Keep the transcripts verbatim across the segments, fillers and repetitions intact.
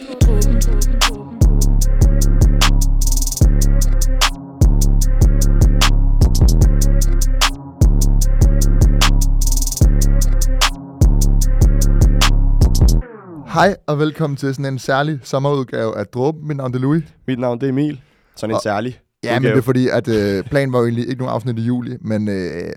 Hej og velkommen til sådan en særlig sommerudgave af Dråben. Mit navn er Louis. Mit navn det er Emil. Sådan en og, særlig Ja, udgave. Men det er fordi, at øh, planen var jo egentlig ikke nogen afsnit i juli, men øh,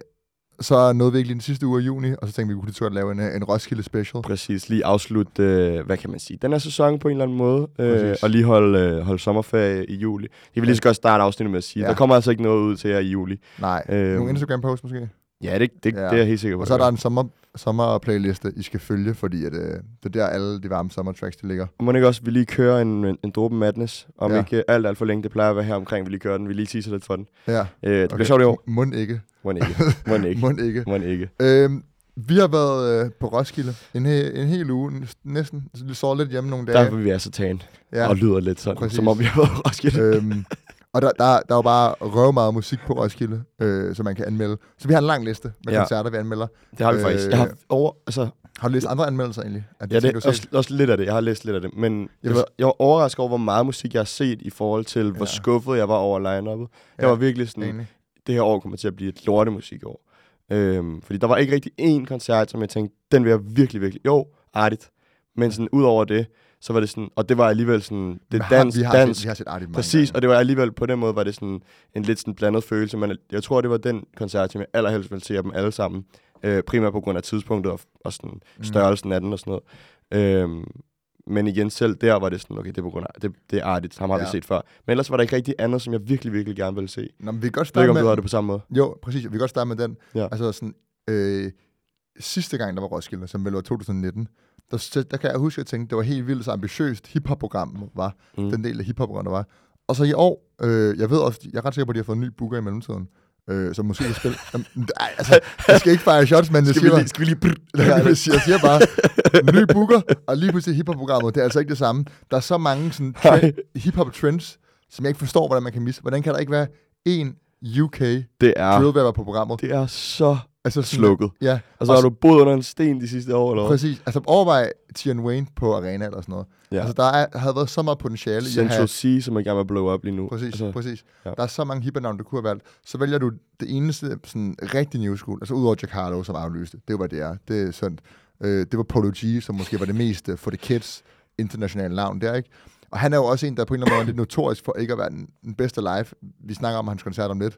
så nåede vi ikke lige den sidste uge af juni, og så tænkte vi, at vi kunne at lave en, en Roskilde special. Præcis, lige afslutte, øh, hvad kan man sige, den her sæson på en eller anden måde, øh, og lige holde, øh, holde sommerferie i juli. Jeg vil lige så godt starte afsnittet med at sige, ja. Der kommer altså ikke noget ud til jer i juli. Nej, øh, nogle Instagram-posts måske? Ja, det, det, ja. det er jeg helt sikker på. Og så er der en sommer, sommer-playliste, I skal følge, fordi at, øh, det er der alle de varme sommertracks, de ligger. Og må ikke også, vi lige kører en, en, en Dråben Madness, om ja. ikke alt, alt for længe, det plejer at være her omkring, vi lige kører den, vi lige teaser lidt for den. Ja. Øh, det okay. bliver sjovt i år. Mund ikke. Mund ikke. Mund ikke. Mund ikke. Mund ikke. Øhm, vi har været øh, på Roskilde en, he- en hel uge, næsten. Så vi så lidt hjemme nogle dage. Derfor vi er så tagen, ja. og lyder lidt sådan, Præcis. som om vi har været på Roskilde. Øhm, Og der, der, der er jo bare røv meget musik på Roskilde, øh, som man kan anmelde. Så vi har en lang liste med ja. koncerter, vi anmelder. Det har vi øh, faktisk. Jeg har, over, altså, har du læst andre anmeldelser egentlig? Ja, det er også, også lidt af det. Jeg har læst lidt af det. Men jeg var, jeg var overrasket over, hvor meget musik jeg har set i forhold til, hvor ja. skuffet jeg var over line-uppet. Jeg ja, var virkelig sådan, egentlig. Det her år kommer til at blive et lortemusikår. Øhm, fordi der var ikke rigtig én koncert, som jeg tænkte, den vil jeg virkelig, virkelig... Jo, artigt. Men sådan, ud over det, så var det sådan, og det var alligevel sådan, det har, dans, vi har dans, set, vi har set Artie præcis, gange. Og det var alligevel på den måde, var det sådan en lidt sådan blandet følelse, men jeg tror, det var den koncert, som jeg allerhelst ville se dem alle sammen, øh, primært på grund af tidspunktet og, og sådan mm. størrelsen af den og sådan noget. Øhm, men igen selv der var det sådan, okay, det er på grund af, det, det er artigt, ham har ja. vi set før. Men ellers var der ikke rigtig andet, som jeg virkelig, virkelig gerne ville se. Nå, men vi kan godt starte jeg ved ikke, om med, du havde det på samme måde. Jo, præcis, vi kan godt starte med den. Ja. Altså sådan, øh, sidste gang, der var Roskilde, som vel var to tusind nitten, Der, der kan jeg huske, at jeg tænkte, det var helt vildt så ambitiøst hiphop-program var, mm. den del af hiphop-program, der var. Og så i år, øh, jeg ved også, jeg er ret sikker på, at de har fået en ny booker i mellemtiden, øh, som måske vil spille. Jamen, ej, altså, jeg skal ikke fejre shots, men jeg siger bare, skal vi lige brrr, jeg siger, jeg siger bare, ny booker, og lige pludselig hiphop-programmet, det er altså ikke det samme. Der er så mange sådan trend, hiphop-trends, som jeg ikke forstår, hvordan man kan misse. Hvordan kan der ikke være én U K det er, drill-rapper på programmet? Det er så... Altså slukket. Ja. Og så har du boet under en sten de sidste år, eller hvad? Præcis. Altså overvej Tion Wayne på Arena eller sådan noget. Ja. Altså der er, havde været så meget potentiale Central i at have... C, som er i gang med at blow up lige nu. Præcis, altså, præcis. Ja. Der er så mange hiphop-navne, du kunne have valgt. Så vælger du det eneste sådan rigtig new school, altså udover Jack Harlow, som aflyste. Det var det er. Det er sådan. Øh, det var Polo G, som måske var det mest for the kids internationale navn der, ikke? Og han er jo også en, der på en eller anden måde er lidt notorisk for ikke at være den, den bedste live. Vi snakker om hans koncert om lidt.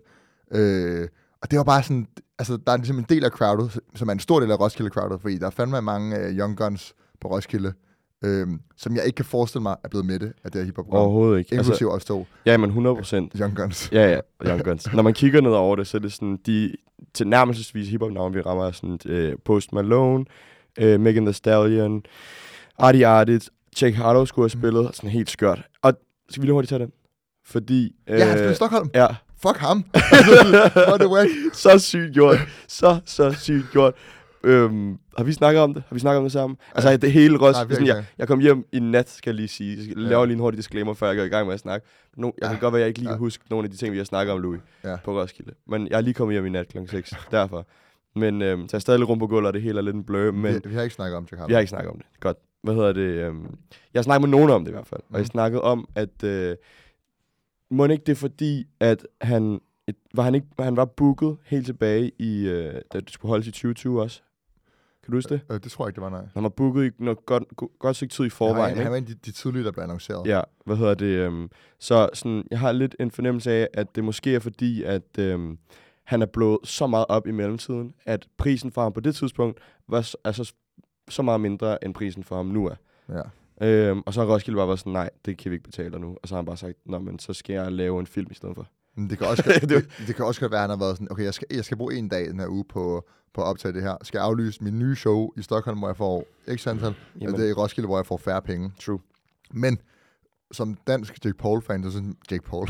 Øh, Og det var bare sådan, altså der er ligesom en del af crowdet, som er en stor del af Roskilde-crowdet, fordi der er fandme mange uh, young guns på Roskilde, øhm, som jeg ikke kan forestille mig er blevet med det af det her hiphop-program. Overhovedet ikke. Inklusive altså, os to. Ja, men hundrede procent. Young guns. Ja, ja, young guns. Når man kigger ned over det, så er det sådan, de tilnærmelsesvis hiphop-navne, vi rammer, sådan uh, Post Malone, uh, Megan Thee Stallion, Artie Artie, Jack Harlow skulle have spillet, mm. sådan helt skørt. Og skal vi lige hurtigt tage den? Fordi... Uh, ja, han spiller Stockholm. Ja. Fuck ham. What the way. Så sygt gjort. Så, så sygt gjort. Øhm, har vi snakket om det? Har vi snakket om det sammen? Ja. Altså det hele Roskilde. Jeg, jeg kom hjem i nat, skal jeg lige sige. Jeg laver ja. lige en hurtig disclaimer, før jeg går i gang med at snakke. No, jeg ja. kan godt være, at jeg ikke lige kan ja. huske nogle af de ting, vi har snakket om, Louis, ja. på Roskilde. Men jeg er lige kommet hjem i nat klokken seks. Derfor. Men øhm, så jeg er stadig lidt rundt på gulvet, og det hele er lidt en blø. Men vi, vi har ikke snakket om det. Vi har ikke snakket om det. Godt. Hvad hedder det? Øhm, jeg har snakket med nogen om det i hvert fald. Mm. Og jeg snakkede om, at... Øh, må ikke det er fordi, at han... Et, var han ikke han var booket helt tilbage i øh, da det skulle holdes i tyve tyve også. Kan du huske det? Øh, det tror jeg ikke det var, nej. Han var booket i noget godt go, godt stykke tid i forvejen. Han var, han var en af de, de tidlige, der blev annonceret. Ja, hvad hedder det? Øhm, så sådan, jeg har lidt en fornemmelse af, at det måske er fordi, at øhm, han er blået så meget op i mellemtiden, at prisen for ham på det tidspunkt var altså så meget mindre end prisen for ham nu er. Ja. Øhm, og så har Roskilde bare været sådan, nej, det kan vi ikke betale nu. Og så har han bare sagt, nå, men så skal jeg lave en film i stedet for. Det kan, også, det, det kan også godt være, at han har været sådan, okay, jeg skal, jeg skal bruge en dag den her uge på, på at optage det her. Skal jeg aflyse min nye show i Stockholm, hvor jeg får x antal, eller det er i Roskilde, hvor jeg får færre penge. True. Men som dansk Jake Paul-fan, så sådan, Jake Paul.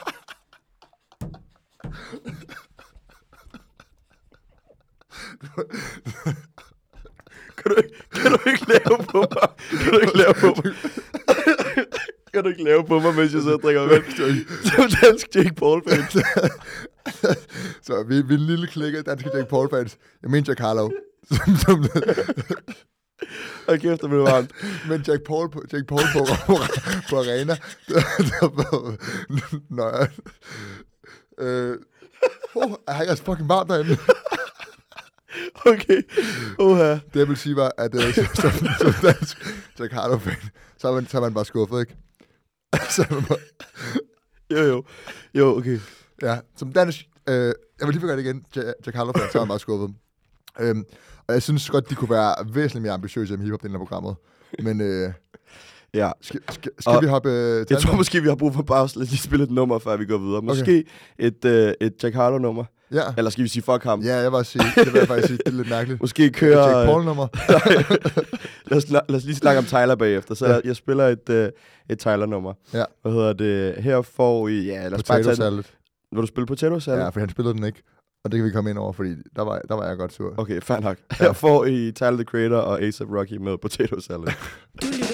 kan, du, kan du ikke lave på mig? Kan du ikke lave på mig? Kan du ikke lave på mig, mens jeg sidder og drikker vand? Som dansk Jake Paul-fans. Så vi, vi er en lille klikke af danske Jake Paul-fans. Jeg mener Jack Harlow. Som, som, Og kæft, det blev varmt. Men Jack Paul på, Jack Paul på, på, på arena, det var nøj. Øh, oh, jeg har ikke altså fucking varmt derinde. Okay. Oha. Det jeg vil sige var, at uh, som, som dansk Jack Harlow-fan, så er man, så er man bare skuffet, ikke? Så er man bare... Jo, jo. Jo, okay. Ja, som dansk... Øh, jeg vil lige gøre det igen. Jack Harlow-fan, så er man bare skuffet. Øhm, og jeg synes godt, de kunne være væsentligt mere ambitiøse end hiphop, den her programmet. Men... Øh, ja. Skal, skal, skal vi hoppe... Øh, jeg tror måske, vi har brug for pause. Lad os lige spille et nummer, før vi går videre. Måske okay. et, øh, et Jack Harlow-nummer. Ja. Eller skal vi sige fuck ham? Ja, jeg vil også sige, det vil jeg faktisk sige, det er lidt mærkeligt. Måske køre... Jack Paul-nummer. lad, os, lad os lige snakke om Tyler bagefter. Så ja. jeg spiller et, uh, et Tyler-nummer. Ja. Hvad hedder det? Her får I... Ja, lad os Potato bare Salad. Vil du spille Potato Salad? Ja, for han spillede den ikke. Og det kan vi komme ind over, fordi der var, der var jeg godt sur. Okay, fair nok. Her ja. får I Tyler, the Creator og A$AP Rocky med Potato Salad. Du lytter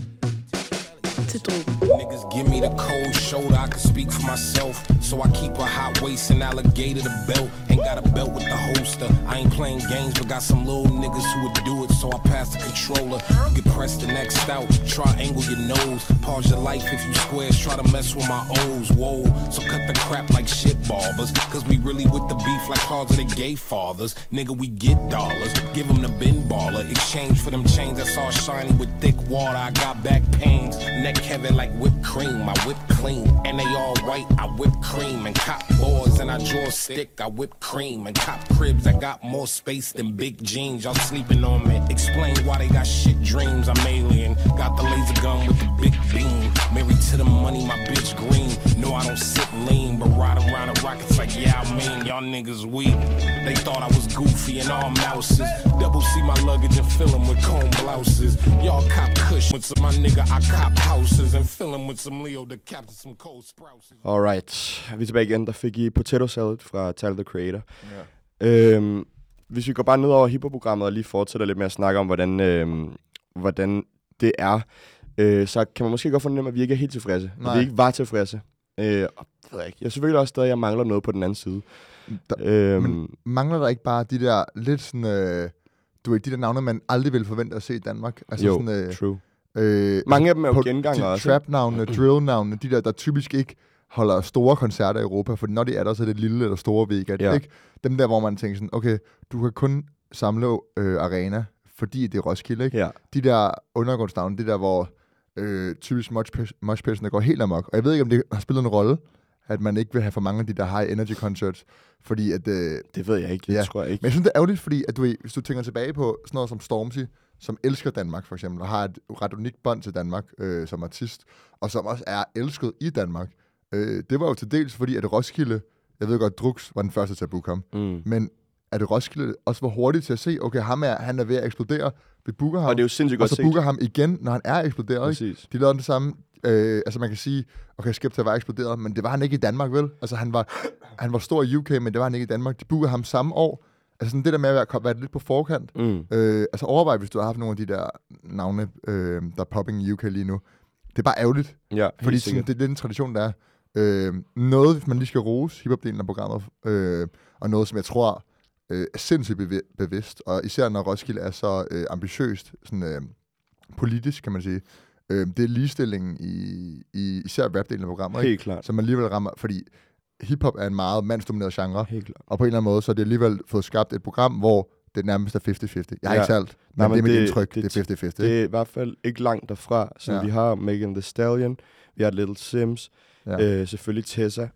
til Drogen. Niggas give me the cold shoulder, I can speak for myself. So I keep a hot waist and alligator the belt. Ain't got a belt with the holster. I ain't playing games, but got some little niggas who would do it, so I pass the controller. You can press the next out, triangle your nose. Pause your life if you squares, try to mess with my O's. Whoa, so cut the crap like shit barbers. Cause we really with the beef like cars of the gay fathers. Nigga, we get dollars, give them the bin baller. Exchange for them chains that's all shiny with thick water. I got back pains, neck heavy like whipped cream. My whip clean, and they all white, I whip cream. And cop boards and I draw a stick, I whip cream. And cop cribs, I got more space than big jeans. Y'all sleeping on me, explain why they got shit dreams. I'm alien, got the laser gun with the big beam. Married to the money, my bitch green. No, I don't sit lean, but ride around the rockets like yeah, I mean. Y'all niggas weak, they thought I was goofy and all mouses. Double C my luggage and fill them with comb blouses. Y'all cop kush with some my nigga, I cop houses. And fill them with some Leo, the captain, some cold sprouts. Alright, vi er tilbage igen. Der fik I Potato Salad fra Tyler, the Creator. Ja. Øhm, hvis vi går bare ned over hiphop-programmet og lige fortsætter lidt med at snakke om, hvordan, øhm, hvordan det er, øh, så kan man måske godt fornemme, at vi ikke er helt tilfredse. At vi ikke var tilfredse. Øh, og, ved jeg, ikke. Jeg selvfølgelig også stadig, at jeg mangler noget på den anden side. Der, øhm, men mangler der ikke bare de der lidt sådan, øh, du ved, de der navne, man aldrig ville forvente at se i Danmark? Altså jo, sådan, øh, true. Øh, Mange af dem er jo på genganger de også. Trap-navne, drill-navne, de der, der typisk ikke holder store koncerter i Europa, for når de er der, så er det lille eller store Vega. Ja. Ikke? Dem der, hvor man tænker sådan, okay, du kan kun samle øh, arena, fordi det er Roskilde. Ikke? Ja. De der undergrundsnavne, det der, hvor øh, typisk moshpitsene går helt amok. Og jeg ved ikke, om det har spillet en rolle, at man ikke vil have for mange af de der high energy concerts, fordi at... Øh, det ved jeg ikke, det ja. tror jeg ikke. Men jeg synes, det er ærgerligt, fordi at du, hvis du tænker tilbage på sådan noget som Stormzy, som elsker Danmark for eksempel, og har et ret unikt bånd til Danmark øh, som artist, og som også er elsket i Danmark. Øh, det var jo til dels fordi, at Roskilde, jeg ved godt, Drux var den første til at booke ham, mm. men at Roskilde også var hurtigt til at se, okay, ham er, han er ved at eksplodere, vi booker ham, og, det er jo sindssygt og så godt booker set. ham igen, når han er eksploderet. Ikke? De lavede det samme, øh, altså man kan sige, okay, Skepta var eksploderet, men det var han ikke i Danmark, vel? Altså han var, han var stor i U K, men det var han ikke i Danmark. De bookede ham samme år. Altså sådan det der med at være, være lidt på forkant. Mm. Øh, altså overvej, hvis du har haft nogle af de der navne, øh, der er popping i U K lige nu. Det er bare ærgerligt. Ja, fordi sådan, det er den tradition, der er. Øh, noget, hvis man lige skal rose hiphop-delen af programmet, øh, og noget, som jeg tror øh, er sindssygt bev- bevidst, og især når Roskilde er så øh, ambitiøst, sådan øh, politisk, kan man sige. Øh, det er ligestillingen i, i især rap-delen af programmet. Helt ikke? klart. Som man alligevel rammer, fordi hiphop er en meget mandsdomineret genre, og på en eller anden måde, så er det alligevel fået skabt et program, hvor det nærmest er halvtreds halvtreds. Jeg har ja. ikke alt, men, Nej, men det er mit det, indtryk, det, det er halvtreds halvtreds. Det er i hvert fald ikke langt derfra, så ja. vi har Megan Thee Stallion, vi har Little Sims, ja. øh, selvfølgelig Tessa,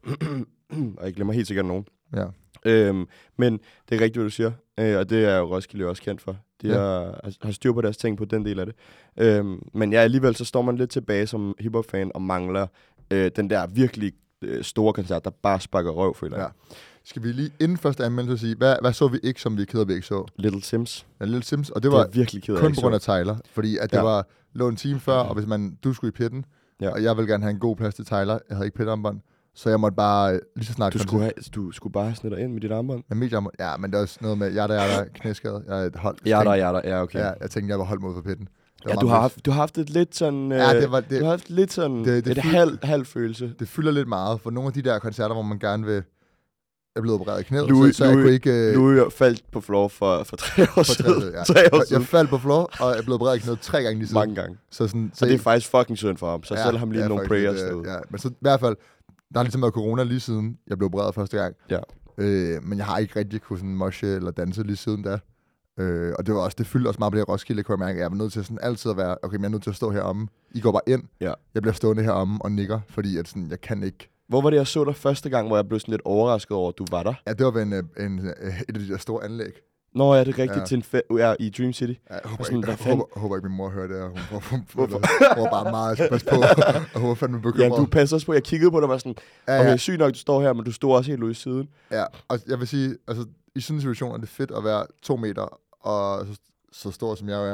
og jeg glemmer helt sikkert nogen. Ja. Øhm, men det er rigtigt, hvad du siger, øh, og det er jo Roskilde også kendt for. De ja. har, har styr på deres ting på den del af det. Øhm, men ja, alligevel så står man lidt tilbage som hiphop-fan og mangler øh, den der virkelig store koncert, der bare sparker røv, føler jeg. Ja. Skal vi lige inden første anmeldelse sige, hvad, hvad så vi ikke, som vi keder vi ikke så? Little Sims. Ja, Little Sims, og det var, det virkelig ked af, kun på grund af Tyler, fordi at det ja. var lå en time før, og hvis man, du skulle i pitten, ja. og jeg ville gerne have en god plads til Tyler, jeg havde ikke pitarmbånd, så jeg måtte bare lige så snart... Du skulle, have, du skulle bare snit dig ind med dit armbånd? Med mit armbånd? Ja, men det er også noget med, jeg der, jeg der, knæskade, jeg er et hold. Jeg der, jeg der, ja, okay. Ja, jeg tænkte, jeg var holdt mod for pitten. Ja, du har, haft, du har haft et lidt sådan, ja, det var, det, du har haft lidt sådan det, det et fylder, halv, halv følelse. Det fylder lidt meget, for nogle af de der koncerter, hvor man gerne vil jeg blev opereret i knæet, Louis, så, så jeg Louis, kunne ikke... Øh, Louis faldt på floor for, for tre år for siden. tre, ja. tre år jeg, siden. jeg faldt på floor, og jeg blev opereret i knæet tre gange lige siden. Mange gange. Så sådan, så og det er faktisk fucking synd for ham. Så ja, selv ham lige ja, nogle faktisk, prayers det, derude. Ja, men så i hvert fald, der har ligesom været corona lige siden, jeg blev opereret første gang. Ja. Øh, men jeg har ikke rigtig kunne sådan moshe eller danse lige siden da. Øh, og det var også, det fyldte også meget på det her Roskilde, kunne jeg mærke. Jeg var nødt til sådan altid at være, okay, men jeg er nødt til at stå heromme. I går bare ind. Ja. Jeg bliver stående heromme og nikker, fordi at sådan, jeg kan ikke. Hvor var det, jeg så dig første gang, hvor jeg blev sådan lidt overrasket over, at du var der? Ja, det var ved en, en, en, et af de der store anlæg. Nå, ja, det er rigtigt Ja. til en fe- ja, i Dream City. Ja, jeg håber, sådan, ikke, hvad jeg fanden? håber, håber ikke, min mor hører det her. Hun, hun, hun, hun, Hvorfor? hun var bare meget, jeg skal passe på. Og hun var fandme bekymret. Ja, du passer også på. Jeg kiggede på dig og var sådan, Ja, ja. okay, sygt nok, du står her, men du stod også helt ude i siden. Ja, og jeg vil sige, altså, i sådan en situation er det fedt at være to meter, og så, så stor som jeg jo er.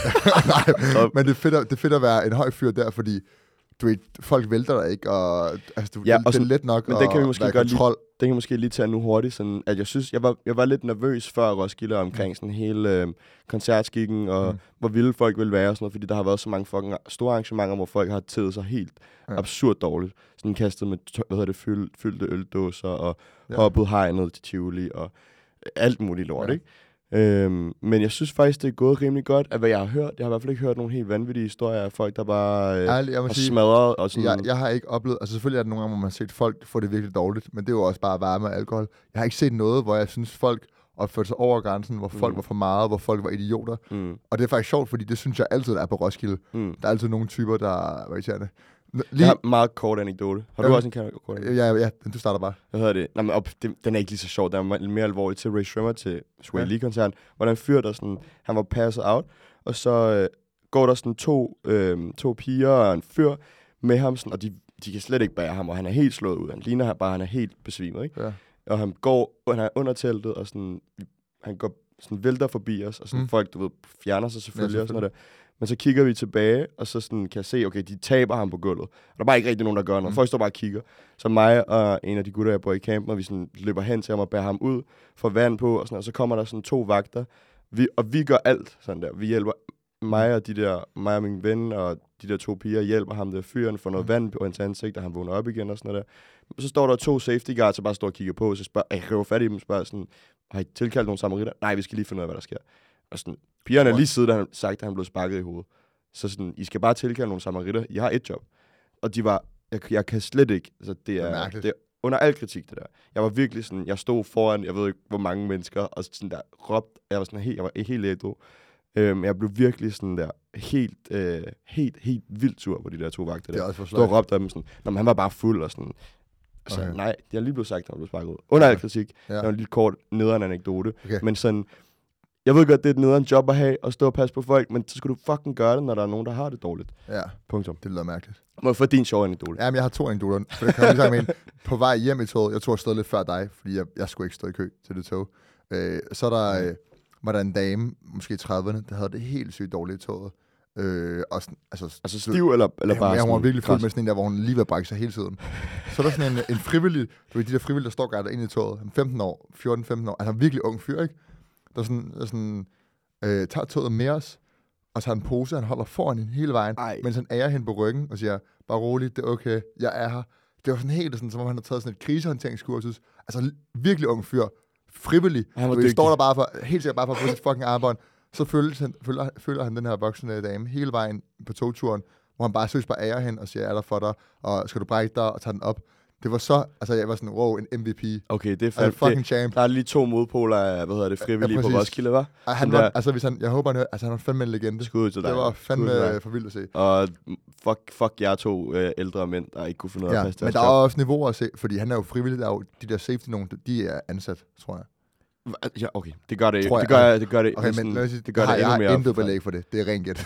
Nej, men det er, fedt at, det er fedt at være en høj fyr der, fordi du ved, folk vælter dig ikke, og altså, du, Ja, ja, og det er sådan- let nok men at det kan vi måske være i godt lide. kontrol. Det kan jeg måske lige tage nu hurtigt, sådan, at jeg synes, jeg var, jeg var lidt nervøs før Roskilde omkring sådan hele øh, koncertskikken, og Mm. hvor vilde folk ville være og sådan noget, fordi der har været så mange fucking store arrangementer, hvor folk har tædet sig helt Ja. ja. absurd dårligt. Sådan kastet med, tø- hvad hedder det, fyld, fyldte øldåser, og Ja. ja. hoppet hegnet til Tivoli, og alt muligt lort, Ja. ja. ikke? Øhm, men jeg synes faktisk, det er gået rimelig godt, at hvad jeg har hørt, jeg har i hvert fald ikke hørt nogle helt vanvittige historier af folk, der bare øh, Ærligt, jeg må har sige, smadret og sådan. jeg, jeg har ikke oplevet, altså selvfølgelig er der nogle gange, hvor man har set folk få det virkelig dårligt, men det er jo også bare varme og alkohol. Jeg har ikke set noget, hvor jeg synes, folk opførte sig over grænsen, hvor folk Mm. var for meget, hvor folk var idioter. Mm, Og det er faktisk sjovt, fordi det synes jeg altid, der er på Roskilde. mm. Der er altid nogle typer, der er irriterende. N- Jeg Lige, har en meget kort anekdote. Har du Ja. også en kort kort anekdote? ja, ja, du starter bare. Hvad hedder det? Nej, men op, det, den er ikke lige så sjov. Den er mere alvorlig til Ray Shrimmer til Sway Ja. Lee-koncerten, hvor der er en fyr, der sådan, han var passet out, og så øh, går der sådan to, øh, to piger og en fyr med ham, sådan, og de, de kan slet ikke bære ham, og han er helt slået ud. Han ligner bare, han er helt besvimet, ikke? Ja. Og han går, og han er under teltet, og sådan, han går sådan vælter forbi os, og sådan Mm. folk, du ved, fjerner sig selvfølgelig, Ja, og sådan noget der. Men så kigger vi tilbage, og så sådan kan jeg se, okay, de taber ham på gulvet. Og der er bare ikke rigtig nogen, der gør noget. Mm. Folk står bare og kigger. Så mig og en af de gutter, jeg bor i campen, og vi sådan løber hen til ham og bærer ham ud, får vand på, og sådan, og så kommer der sådan to vagter. Vi, og vi gør alt sådan der. Vi hjælper mig og de der, mig og min ven, og de der to piger hjælper ham der fyren, får noget Mm. vand på hans ansigt, og han vågner op igen og sådan noget der. Så står der to safety guards, og bare står og kigger på, og så spørger, jeg river fat i dem og spørger sådan, har I tilkaldt nogle samaritter? Nej, vi skal lige finde ud af, hvad der sker. Og sådan, pigerne er lige siden, da han sagt, at han blev sparket i hovedet. Så sådan, I skal bare tilkalde nogle samaritter. I har et job. Og de var, jeg, jeg kan slet ikke, altså det Det er er, mærkeligt. det er under al kritik, det der. Jeg var virkelig sådan, jeg stod foran, jeg ved ikke, hvor mange mennesker, og sådan der råbte, jeg var sådan helt, jeg var helt ædru. Øhm, jeg blev virkelig sådan der, helt, øh, helt, helt vildt sur på de der to vagter Det er der. også for Stod og sløjt. råbte af dem sådan, nå, men han var bare fuld og sådan. Altså, Okay. okay. nej, de har lige blevet sagt, at han blev sparket ud. Under al kritik. Ja. Det var en lille kort nederen anekdote. Okay. Men sådan, jeg ved godt, det er et nederen job at have, og stå og passe på folk, men så skal du fucking gøre det, når der er nogen, der har det dårligt. Ja, Punktum. det lyder mærkeligt. Må jeg få din sjove anekdote? Ja, men jeg har to anekdoter. For det kan jeg lige sige med en. På vej hjem i toget, jeg tog afsted lidt før dig, fordi jeg, jeg skulle ikke stå i kø til det tog. Øh, så er der, øh, var der en dame, måske i trediverne, der havde det helt sygt dårligt i toget. Øh, og sådan, altså, Altså stiv eller, eller ja, bare ja, hun var sådan virkelig fuld græs? med sådan en der, hvor hun lige var brække sig hele tiden. Så er der sådan en, en frivillig, du ved, de der frivillige, der står og guider ind i toget. Han er femten år, fjorten femten år. Altså en virkelig ung fyr, ikke? Der er sådan, der er sådan øh, tager toget med os, og tager en pose, han holder foran hende hele vejen, Ej. mens han ærer hende på ryggen og siger, bare roligt, det er okay, jeg er her. Det var sådan helt sådan, som om han har taget sådan et krisehåndteringskursus. Altså en virkelig ung fyr, frivillig. Han var Du ved, dygtig. står der bare for, helt sikkert bare for at få sit fucking armbånd. Så følger han, følger, følger han den her voksne dame hele vejen på togturen, hvor han bare seriøst bare ærer hende og siger, jeg er der for dig, og skal du brække dig, og tage den op. Det var så, altså jeg var sådan, wow, en M V P. Okay, det er Altså, fandme... fucking Det, champ. der er lige to modpoler af, hvad hedder det, frivillige Ja, på præcis. Roskilde, hva'? Ej, han Sådan var, der- altså hvis han, jeg håber, han hører, altså han var fandme en legende. Skud til dig. Det var Skud fandme til dig. øh, for vildt at se. Og fuck, fuck jer to øh, ældre mænd, der ikke kunne finde ud af Ja, at passe men deres der er job. også niveauer at se, fordi han er jo frivillig, der er jo de der safety nogen, de er ansat, tror jeg. Ja, okay. Det gør det, Tror det jeg, gør, det gør det, Okay, næsten- men lad os sige, det gør har, det jeg endnu har mere. intet belæg for det. Det er rent gæt.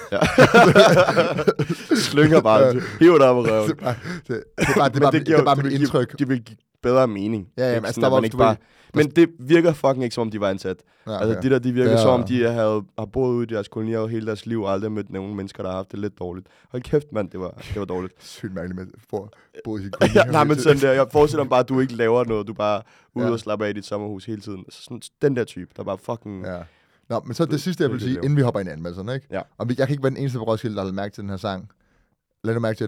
Slynger bare, hiver dig op i røven. det, er bare, det, det er bare, det er Men bare, det det giver- er bare det mit vil give- indtryk. Det vil give bedre mening. Ja, ja, Ikke men altså, sådan, der at var man også, ikke du ved- bare... Men det virker fucking ikke, som om de var ansat. Ja, Altså, okay. de der, de virker Det er- som om, de havde, har boet ude i deres kolonier hele deres liv, og aldrig mødt nogen mennesker, der har haft det lidt dårligt. Hold kæft, mand, det var, det var dårligt. Sygt mærkeligt med for bo i sin Ja, nej, men sådan der, jeg forestiller mig bare, at du ikke laver noget, du bare er ude Ja. og slapper af i dit sommerhus hele tiden. Altså, sådan, den der type, der bare fucking... Ja. Nå, men så det sidste, jeg vil det sige, laver. inden vi hopper ind i anmeldelserne, ikke? Ja. Og vi, jeg kan ikke være den eneste på Roskilde, der har lagt mærke til den her sang. Lad nu mærke til den.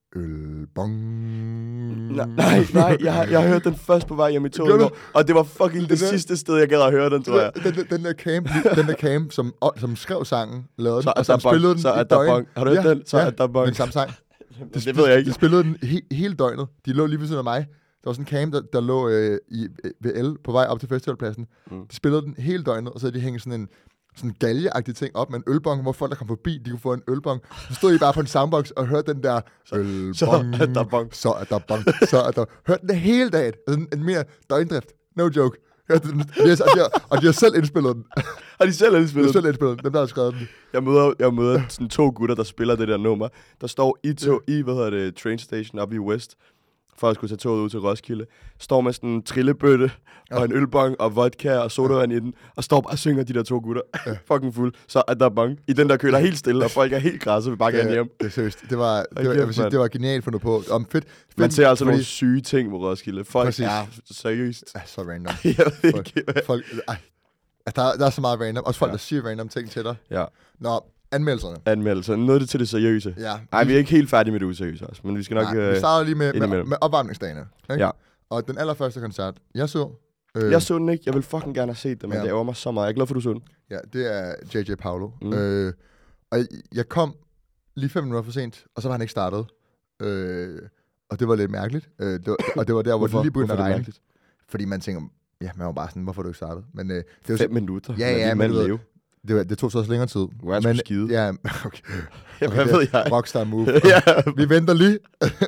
ølbong. Nej, nej, nej jeg, har, jeg har hørt den først på vej hjem i toget, og, og det var fucking det, det sidste sted, jeg gad at høre den, tror jeg. Den, den, den der camp, den der camp som, som skrev sangen, lavede så den, og som spillede den så i er døgn. der bong. Har du hørt ja, den? Så ja, er der bong. den samme sang. det, det ved jeg ikke. De spillede den he, hele døgnet. De lå lige ved siden af mig. Der var sådan en camp, der, der lå øh, i, ved L på vej op til festivalpladsen. Mm. De spillede den hele døgnet, og så havde de hængt sådan en sådan galjeagtig ting op med en ølbong, hvor folk, der kom forbi, de kunne få en ølbong. Så stod I bare på en soundbox og hørte den der ølbong. Så er der bong. Så er der bong. Så er der... Hørte den det hele dagen. Altså en mere døgndrift. No joke. Hørte den, og, de har, og, de har, og de har selv indspillet den. Har de selv indspillet den? De har selv indspillet den. Dem, der har skrevet den. Jeg møder, jeg møder sådan to gutter, der spiller det der nummer. Der står i, to, i hvad hedder det, train station oppe i West, for at skulle tage toget ud til Roskilde. Står med sådan en trillebøtte ja. og en ølbong og vodka og sodavand i den, og står bare og synger de der to gutter. Ja. Fucking fuld. Så er der bong. I den der kø, der er helt stille, og folk er helt græsset, vil bare gerne hjem. Det er seriøst. Det var, det var, jeg vil sige, det var genialt fundet på. Om fedt, fedt, Man ser altså fordi... nogle syge ting på Roskilde. Folk Præcis. er seriøst. Ja, så random. jeg ved ikke. Folk, folk, ej. Der, der er så meget random. Også folk, ja. der siger random ting til dig. Ja. Nå, anmeldelserne. Anmeldelser. Noget det til det seriøse. Ja. Nej, vi er ikke helt færdige med det useriøse også, men vi skal nok... Nej, vi starter lige med, med, med opvarmningsdagene. Ikke? Ja. Og den allerførste koncert, jeg så... Øh, jeg så den ikke. Jeg vil fucking gerne have set det, men ja. det ærger mig så meget. Jeg er glad for, du så den. Ja, det er J J Paolo. Mm. Øh, og jeg, jeg kom lige fem minutter for sent, og så var han ikke startet. Øh, og det var lidt mærkeligt. Øh, det var, og det var der, hvor det lige begyndte at regne. Fordi man tænker, ja, man var bare sådan, hvorfor du ikke startet? Men, øh, det var fem minutter? Ja, ja, men det, det, det tog så også længere tid. Du er men, skide. Ja, okay. okay hvad ved jeg? Rockstar move. ja. Vi venter lige.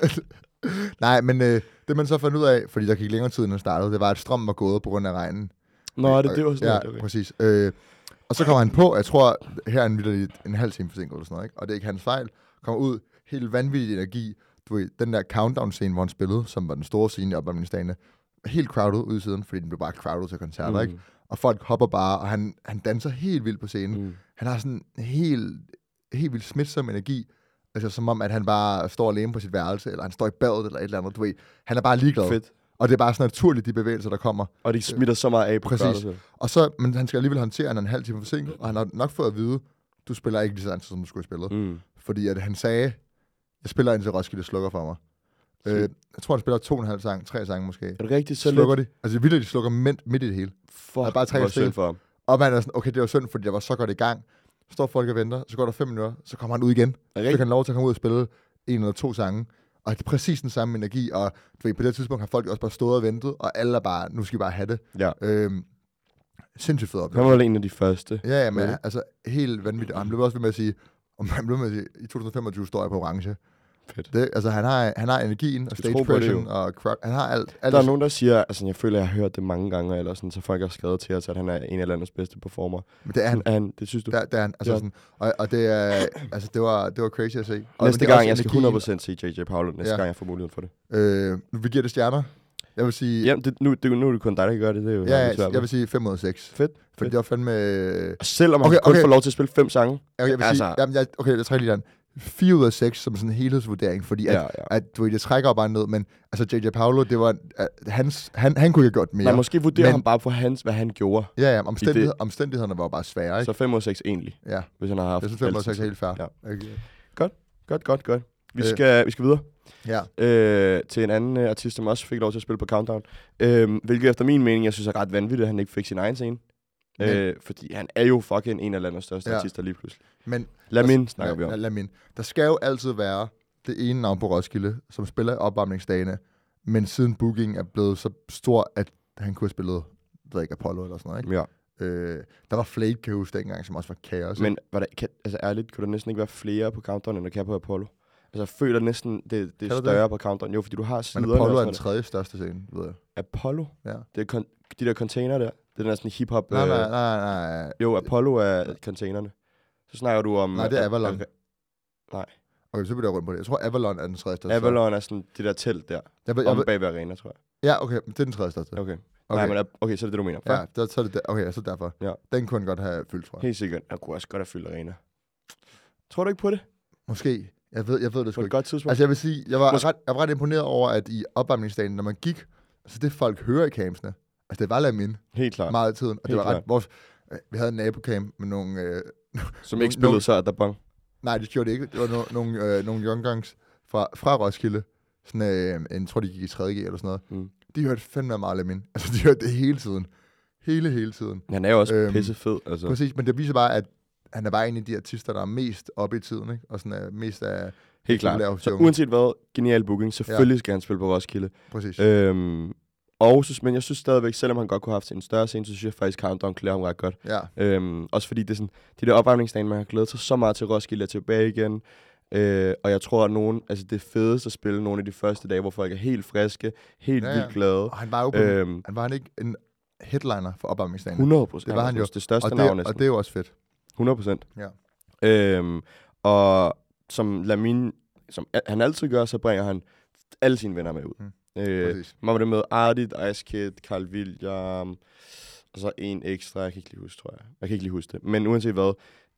Nej, men øh, det man så fandt ud af, fordi der gik længere tid, end den startede, det var, at strømmen var gået på grund af regnen. Nå, det, det var sådan ja, noget. Okay. Præcis. Øh, og så kommer han på, jeg tror, her er en, en, en halv time forsinket eller sådan noget, ikke? Og det er ikke hans fejl. Kommer ud, helt vanvittig energi. Du ved, den der countdown-scene, hvor han spillede, som var den store scene i opvarmningsdagene, helt crowded ude i siden, fordi den blev bare crowded til koncerter, mm. ikke? Og folk hopper bare, og han, han danser helt vildt på scenen. Mm. Han har sådan en helt, helt vildt smitsom energi. Altså som om, at han bare står alene på sit værelse, eller han står i badet, eller et eller andet, du ved. Han er bare ligeglad. Fedt. Og det er bare sådan naturligt, de bevægelser, der kommer. Og de smitter så meget af på præcis. Og så, men han skal alligevel håndtere, at han er en halv time forsinket, og han har nok fået at vide, du spiller ikke lige så lang tid, som du skulle have spillet. Mm. Fordi at han sagde, jeg spiller indtil Roskilde slukker for mig. Øh, jeg tror, han spiller to og en halv sang, tre sange måske. Er det rigtigt? Så slukker lidt? de. Altså vildt, de slukker midt, midt i det hele. Fuck, bare tre det synd for ham. Og man er sådan, okay, det var synd, fordi jeg var så godt i gang. Så står folk og venter, så går der fem minutter, så kommer han ud igen. Så kan han lov til at komme ud og spille en eller to sange. Og det er præcis den samme energi, og du ved, på det tidspunkt har folk også bare stået og ventet, og alle er bare, nu skal vi bare have det. Ja. Øhm, sindssygt fed oplevelse. Han var en af de første. Ja, ja, men ja. altså helt vanvittigt. Og han blev også ved med at sige, om han blev med at sige, i to tusind femogtyve står jeg på orange. Fedt. Det, altså han har, han har energien og stage pression, og crowd, han har alt, alt. Der er nogen, der siger, altså jeg føler, jeg har hørt det mange gange, eller sådan, så folk har skrevet til os, at han er en af landets bedste performer. Men det er han. Er han det synes du? Det, det er han. Altså, ja. sådan, og, og det er, altså det var, det var crazy at se. Og næste gang, jeg skal hundrede procent se J J Paolo, næste ja. gang jeg får muligheden for det. Øh, vi giver det stjerner. Jeg vil sige... Jamen, det, nu, det, nu er det kun dig, der kan gøre det. Det er jo ja, ja jeg vil sige fem ud af seks. Fedt. Fordi det var fandme... Selvom man okay, kun okay. får lov til at spille fem sange. Okay, jeg vil altså... sige... Jamen, jeg, okay, jeg trækker lige den. fire ud af seks som sådan en helhedsvurdering, fordi at, ja, ja. at du ved, det trækker bare ned, men altså J J Paolo, det var uh, hans, han, han kunne ikke have gjort mere. Man måske vurderer men, ham bare på hans, hvad han gjorde. Ja, ja, omstændighed, omstændighederne var bare svære, ikke? Så fem ud af seks egentlig, ja. hvis han har haft... Jeg synes fem ud af seks er helt fair. Ja. Okay. Godt, godt, godt, godt. Vi skal, øh, vi skal videre. Ja. Øh, til en anden uh, artist, som også fik lov til at spille på Countdown. Øh, hvilket efter min mening, jeg synes er ret vanvittigt, at han ikke fik sin egen scene. Øh, fordi han er jo fucking en af landets største ja. artister lige pludselig. Men Lamin snakker vi om. Lamin. Der skal jo altid være det ene navn på Roskilde, som spiller opvarmningsdagene, men siden booking er blevet så stor, at han kunne have spillet, ved ikke, Apollo eller sådan noget, ikke? Ja. Øh, der var Flake, kan jeg huske dengang, som også var kaos. Men var der, kan, altså ærligt, kunne der næsten ikke være flere på Countdown, end der kan på Apollo? Altså jeg føler næsten, det, det er større det? På Countdown. Jo, fordi du har siderne. Men Apollo er den tredje største scene, ved jeg. Apollo? Ja. Det er kon- de der container der. Det er den sådan hip-hop... Nej, nej, nej, nej. Jo, Apollo er containerne. Så snakker du om... Nej, det er Avalon. Okay. Nej. Okay, så bliver jeg rundt på det. Jeg tror, Avalon er den tredje største. Avalon er sådan det der telt der. Jeg vil, jeg vil... Om bag ved arena, tror jeg. Ja, okay. Det er den tredje største. Okay. Okay. Nej, men okay, så er det det, du mener. Før? Ja, der, så er det der. Okay, så derfor. Ja. Den kunne han godt have fyldt, tror jeg. Helt sikkert. Han kunne også godt have fyldt arena. Tror du ikke på det? Måske. Jeg ved, jeg ved det sgu ikke. Godt tidspunkt. Altså jeg vil sige, jeg var, ret, jeg var ret imponeret over, at i opvarmningsdagen, når man gik, altså det folk hører i campsene, altså det var Lamin. Helt klart. Meget af tiden. Og Helt det var ret, vores, vi havde en nabocamp med nogle... Øh, Som ikke spillede så, at der bang. Nej, det gjorde det ikke. Det var no, nogle, øh, nogle young guns fra, fra Roskilde, sådan, øh, jeg tror, de gik i tredje G eller sådan noget, Mm. de hørte fandme meget Lamin. Altså, de hørte det hele tiden. Hele, hele tiden. Han er jo også Øhm, pisse fed. Altså. Præcis, men det viser bare, at han er bare en af de artister, der er mest oppe i tiden, ikke? Og sådan er mest af... Helt klart. populære hos de Så unge. uanset hvad, genial booking. Selvfølgelig ja. skal han spille på Roskilde. Præcis. Øhm, og synes, men jeg synes stadigvæk, selvom han godt kunne have haft en større scene, så synes jeg faktisk, Countdown klæder ham ret godt. Ja. Øhm, også fordi det er sådan, de der opvarmningsdage, man har glædet sig så meget til Roskilde er tilbage igen. Øh, og jeg tror, at nogen, altså det fedeste at spille nogle af de første dage, hvor folk er helt friske, helt Ja, ja. vildt glade. Og han var jo på, Øhm, han var han ikke en headliner for opvarmningsdagen. hundrede procent. Det var han jo. Det største Og navn det, næsten. og det er jo også fedt. hundrede procent. Ja. Øhm, og som Lamin, som han altid gør, så bringer han alle sine venner med ud. Mm. Øh, Præcis. man var det med Ardit, Ice Kid, Carl William, og så en ekstra, jeg kan ikke lige huske, tror jeg. Jeg kan ikke lige huske det. Men uanset hvad,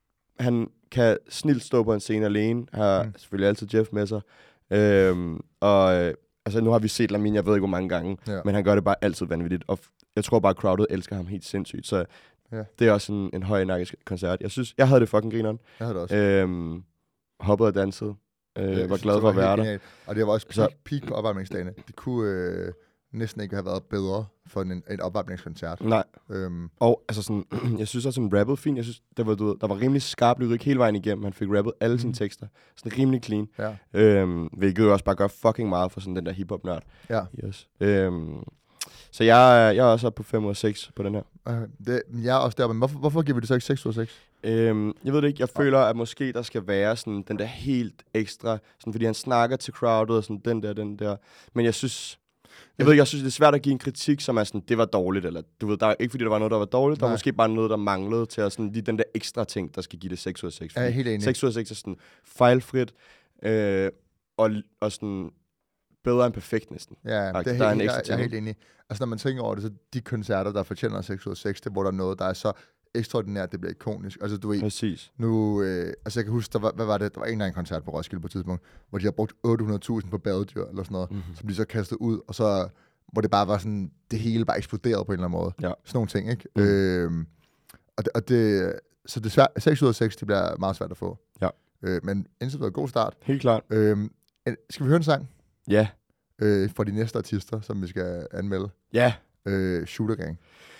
han kan snilt stå på en scene alene, har mm. selvfølgelig altid Jeff med sig. Øhm, og øh, altså, nu har vi set Lamin, jeg ved ikke hvor mange gange, Ja. men han gør det bare altid vanvittigt. Og f- jeg tror bare, at crowdet elsker ham helt sindssygt. Så Ja. det er også en, en høj energisk koncert. Jeg synes, jeg havde det fucking grineren. Jeg havde det også. Øhm, hoppede og dansede. Øh, Jeg var synes, glad det for at helt være der. genialt. Og det var også Så- peak, peak på opvarmningsdagene. Det kunne øh, næsten ikke have været bedre for en, en opvarmningskoncert. Nej, Øhm, og altså sådan, jeg synes også, han rappede fint. Jeg synes, der var, du ved, der var rimelig skarp lyrik hele vejen igennem. Han fik rappet alle sine Mhm. tekster. Sådan rimelig clean. ja. Øhm, hvilket jo også bare gør fucking meget for sådan den der hiphop-nørd Ja. i os. Øhm, så jeg, er- jeg er også oppe på fem ud af seks på den her. Okay. Det, jeg er også der, men hvorfor, hvorfor giver vi det så ikke seks ud af seks? Øhm, jeg ved det ikke, jeg føler, at måske der skal være sådan den der helt ekstra, sådan, fordi han snakker til crowdet og sådan den der, den der. Men jeg synes, jeg ved ikke, jeg synes, det er svært at give en kritik, som er sådan, det var dårligt, eller du ved, der er ikke fordi, der var noget, der var dårligt, der var Nej. måske bare noget, der manglede til at sådan, lige den der ekstra ting, der skal give det seks ud af seks. Jeg er helt enig. seks ud af seks er sådan fejlfrit, øh, og, og sådan bedre end perfekt næsten. Ja, det er, Der er helt, en jeg, ekstra jeg, jeg er ting. helt enig. Altså, når man tænker over det, så de koncerter, der fortjener seks ud af seks, det er, hvor der er noget, der er så ekstraordinært, det bliver ikonisk. Altså, du ved, Præcis. nu... Øh, altså, jeg kan huske, der var, hvad var det? Der var en eller anden koncert på Roskilde på et tidspunkt, hvor de har brugt otte hundrede tusind på badedyr, eller sådan noget, Mm-hmm. som de så kastede ud, og så... Hvor det bare var sådan... Det hele bare eksploderede på en eller anden måde. Ja. Sådan nogle ting, ikke? Mm. Øhm, og, det, og det... Så det er svært, seks ud af seks, det bliver meget svært at få. Ja. Øh, men indtil videre, god start. Helt klart. Øhm, en- skal vi høre en sang Ja. øh, fra de næste artister, som vi skal anmelde? Ja. Øh, Shooter Gang.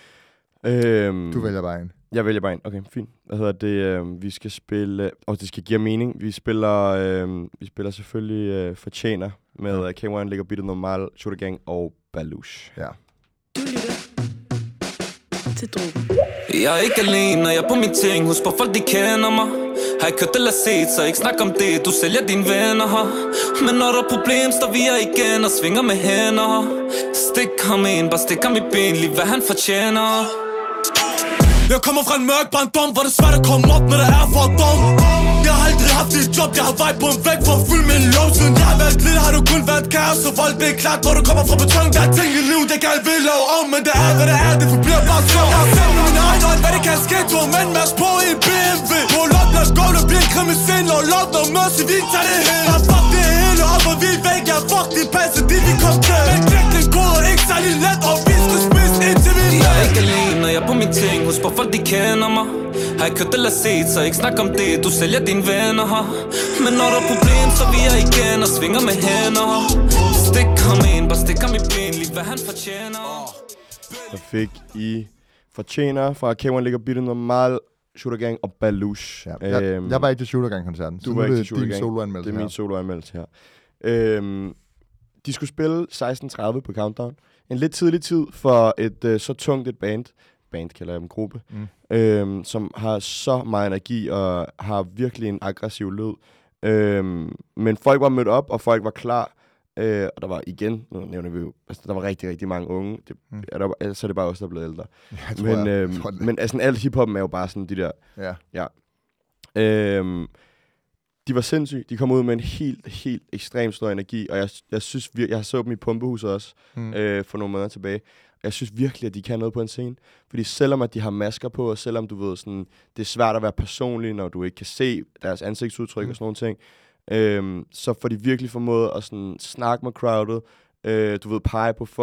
Øhm, Du vælger bare en. Jeg vælger bare en. Okay, fint. Hvad hedder det? Øh, vi skal spille... Og det skal give mening. Vi spiller, øh, vi spiller selvfølgelig øh, Fortjener med uh, K et, Ligger Bittet Normal, Shooter Gang og Baluch. Ja. Du lytter til Drogen. Jeg er ikke alene, når jeg er på min ting. Husk på folk, de kender mig. Har ikke kørt eller set, så ikke snak om det. Du sælger dine venner her. Men når der er problem, står vi her igen og svinger med hænder. Stik ham ind, bare stik ham i ben, lige hvad han fortjener. Jeg kommer fra en mørk barndom, hvor det er svært at komme op, når der er for dum. Jeg har aldrig haft et job, jeg har vej på en væg for at fylde min lov. Siden jeg har været lidt, har du kun været kaos og vold. Det er klart, hvor du kommer fra beton. Der er ting i liv, det kan jeg vil lave om. Men det er, hvad det er, det forbliver bare sjov. Jeg har selv med min egen øjne, hvad det kan ske. To mænd med os på i B M W. Roll op, lad os gå, der bliver en krimiscene. Og lov, der mercy, vi tager det hele. Og fuck det hele op, og vi er væk. Ja, fuck de passer, de vi kom til. Men knæk den kode, ikke særlig let. Og vi skal spise indtil vi Jeg er ikke alene, når jeg er på min ting. Husk på folk, de kender mig. Har ikke hørt eller set, så ikke snak om det. Du sælger dine venner her. Men når der er problem, så vi er igen og svinger med hænder. Stik ham ind, bare stik ham i ben, lige hvad han fortjener. Der fik I Fortjener fra K et, Ligger Bittet Normal, Shooter Gang og Baluch. Ja. Jeg, Øhm, jeg var ikke til Shooter Gang-koncerten, så du nu var er ikke det til Shooter din Gang. soloanmeldelse Det er min her. soloanmeldelse her. Øhm, de skulle spille seksten tredive på Countdown. En lidt tidlig tid for et øh, så tungt et band. Band kalder jeg dem, gruppe. Mm. Øhm, som har så meget energi og har virkelig en aggressiv lyd. Øhm, men folk var mødt op, og folk var klar. Øh, og der var igen, nu nævner vi jo, altså, der var rigtig, rigtig mange unge. Det, Mm. er der, altså, så er det bare også der er blevet ældre. Jeg tror, Men, jeg, øhm, jeg tror, det. men altså, alt hiphoppen er jo bare sådan de der... Ja. Øhm, de var sindssyge. De kom ud med en helt, helt ekstremt stor energi, og jeg, jeg synes, vir- jeg så dem i Pumpehuset også Mm. øh, for nogle måneder tilbage. Jeg synes virkelig, at de kan noget på en scene. Fordi selvom at de har masker på, og selvom du ved, sådan, det er svært at være personlig, når du ikke kan se deres ansigtsudtryk Mm. og sådan nogle ting, øhm, så får de virkelig formået at sådan, snakke med crowdet, øh, du ved, pege på folk,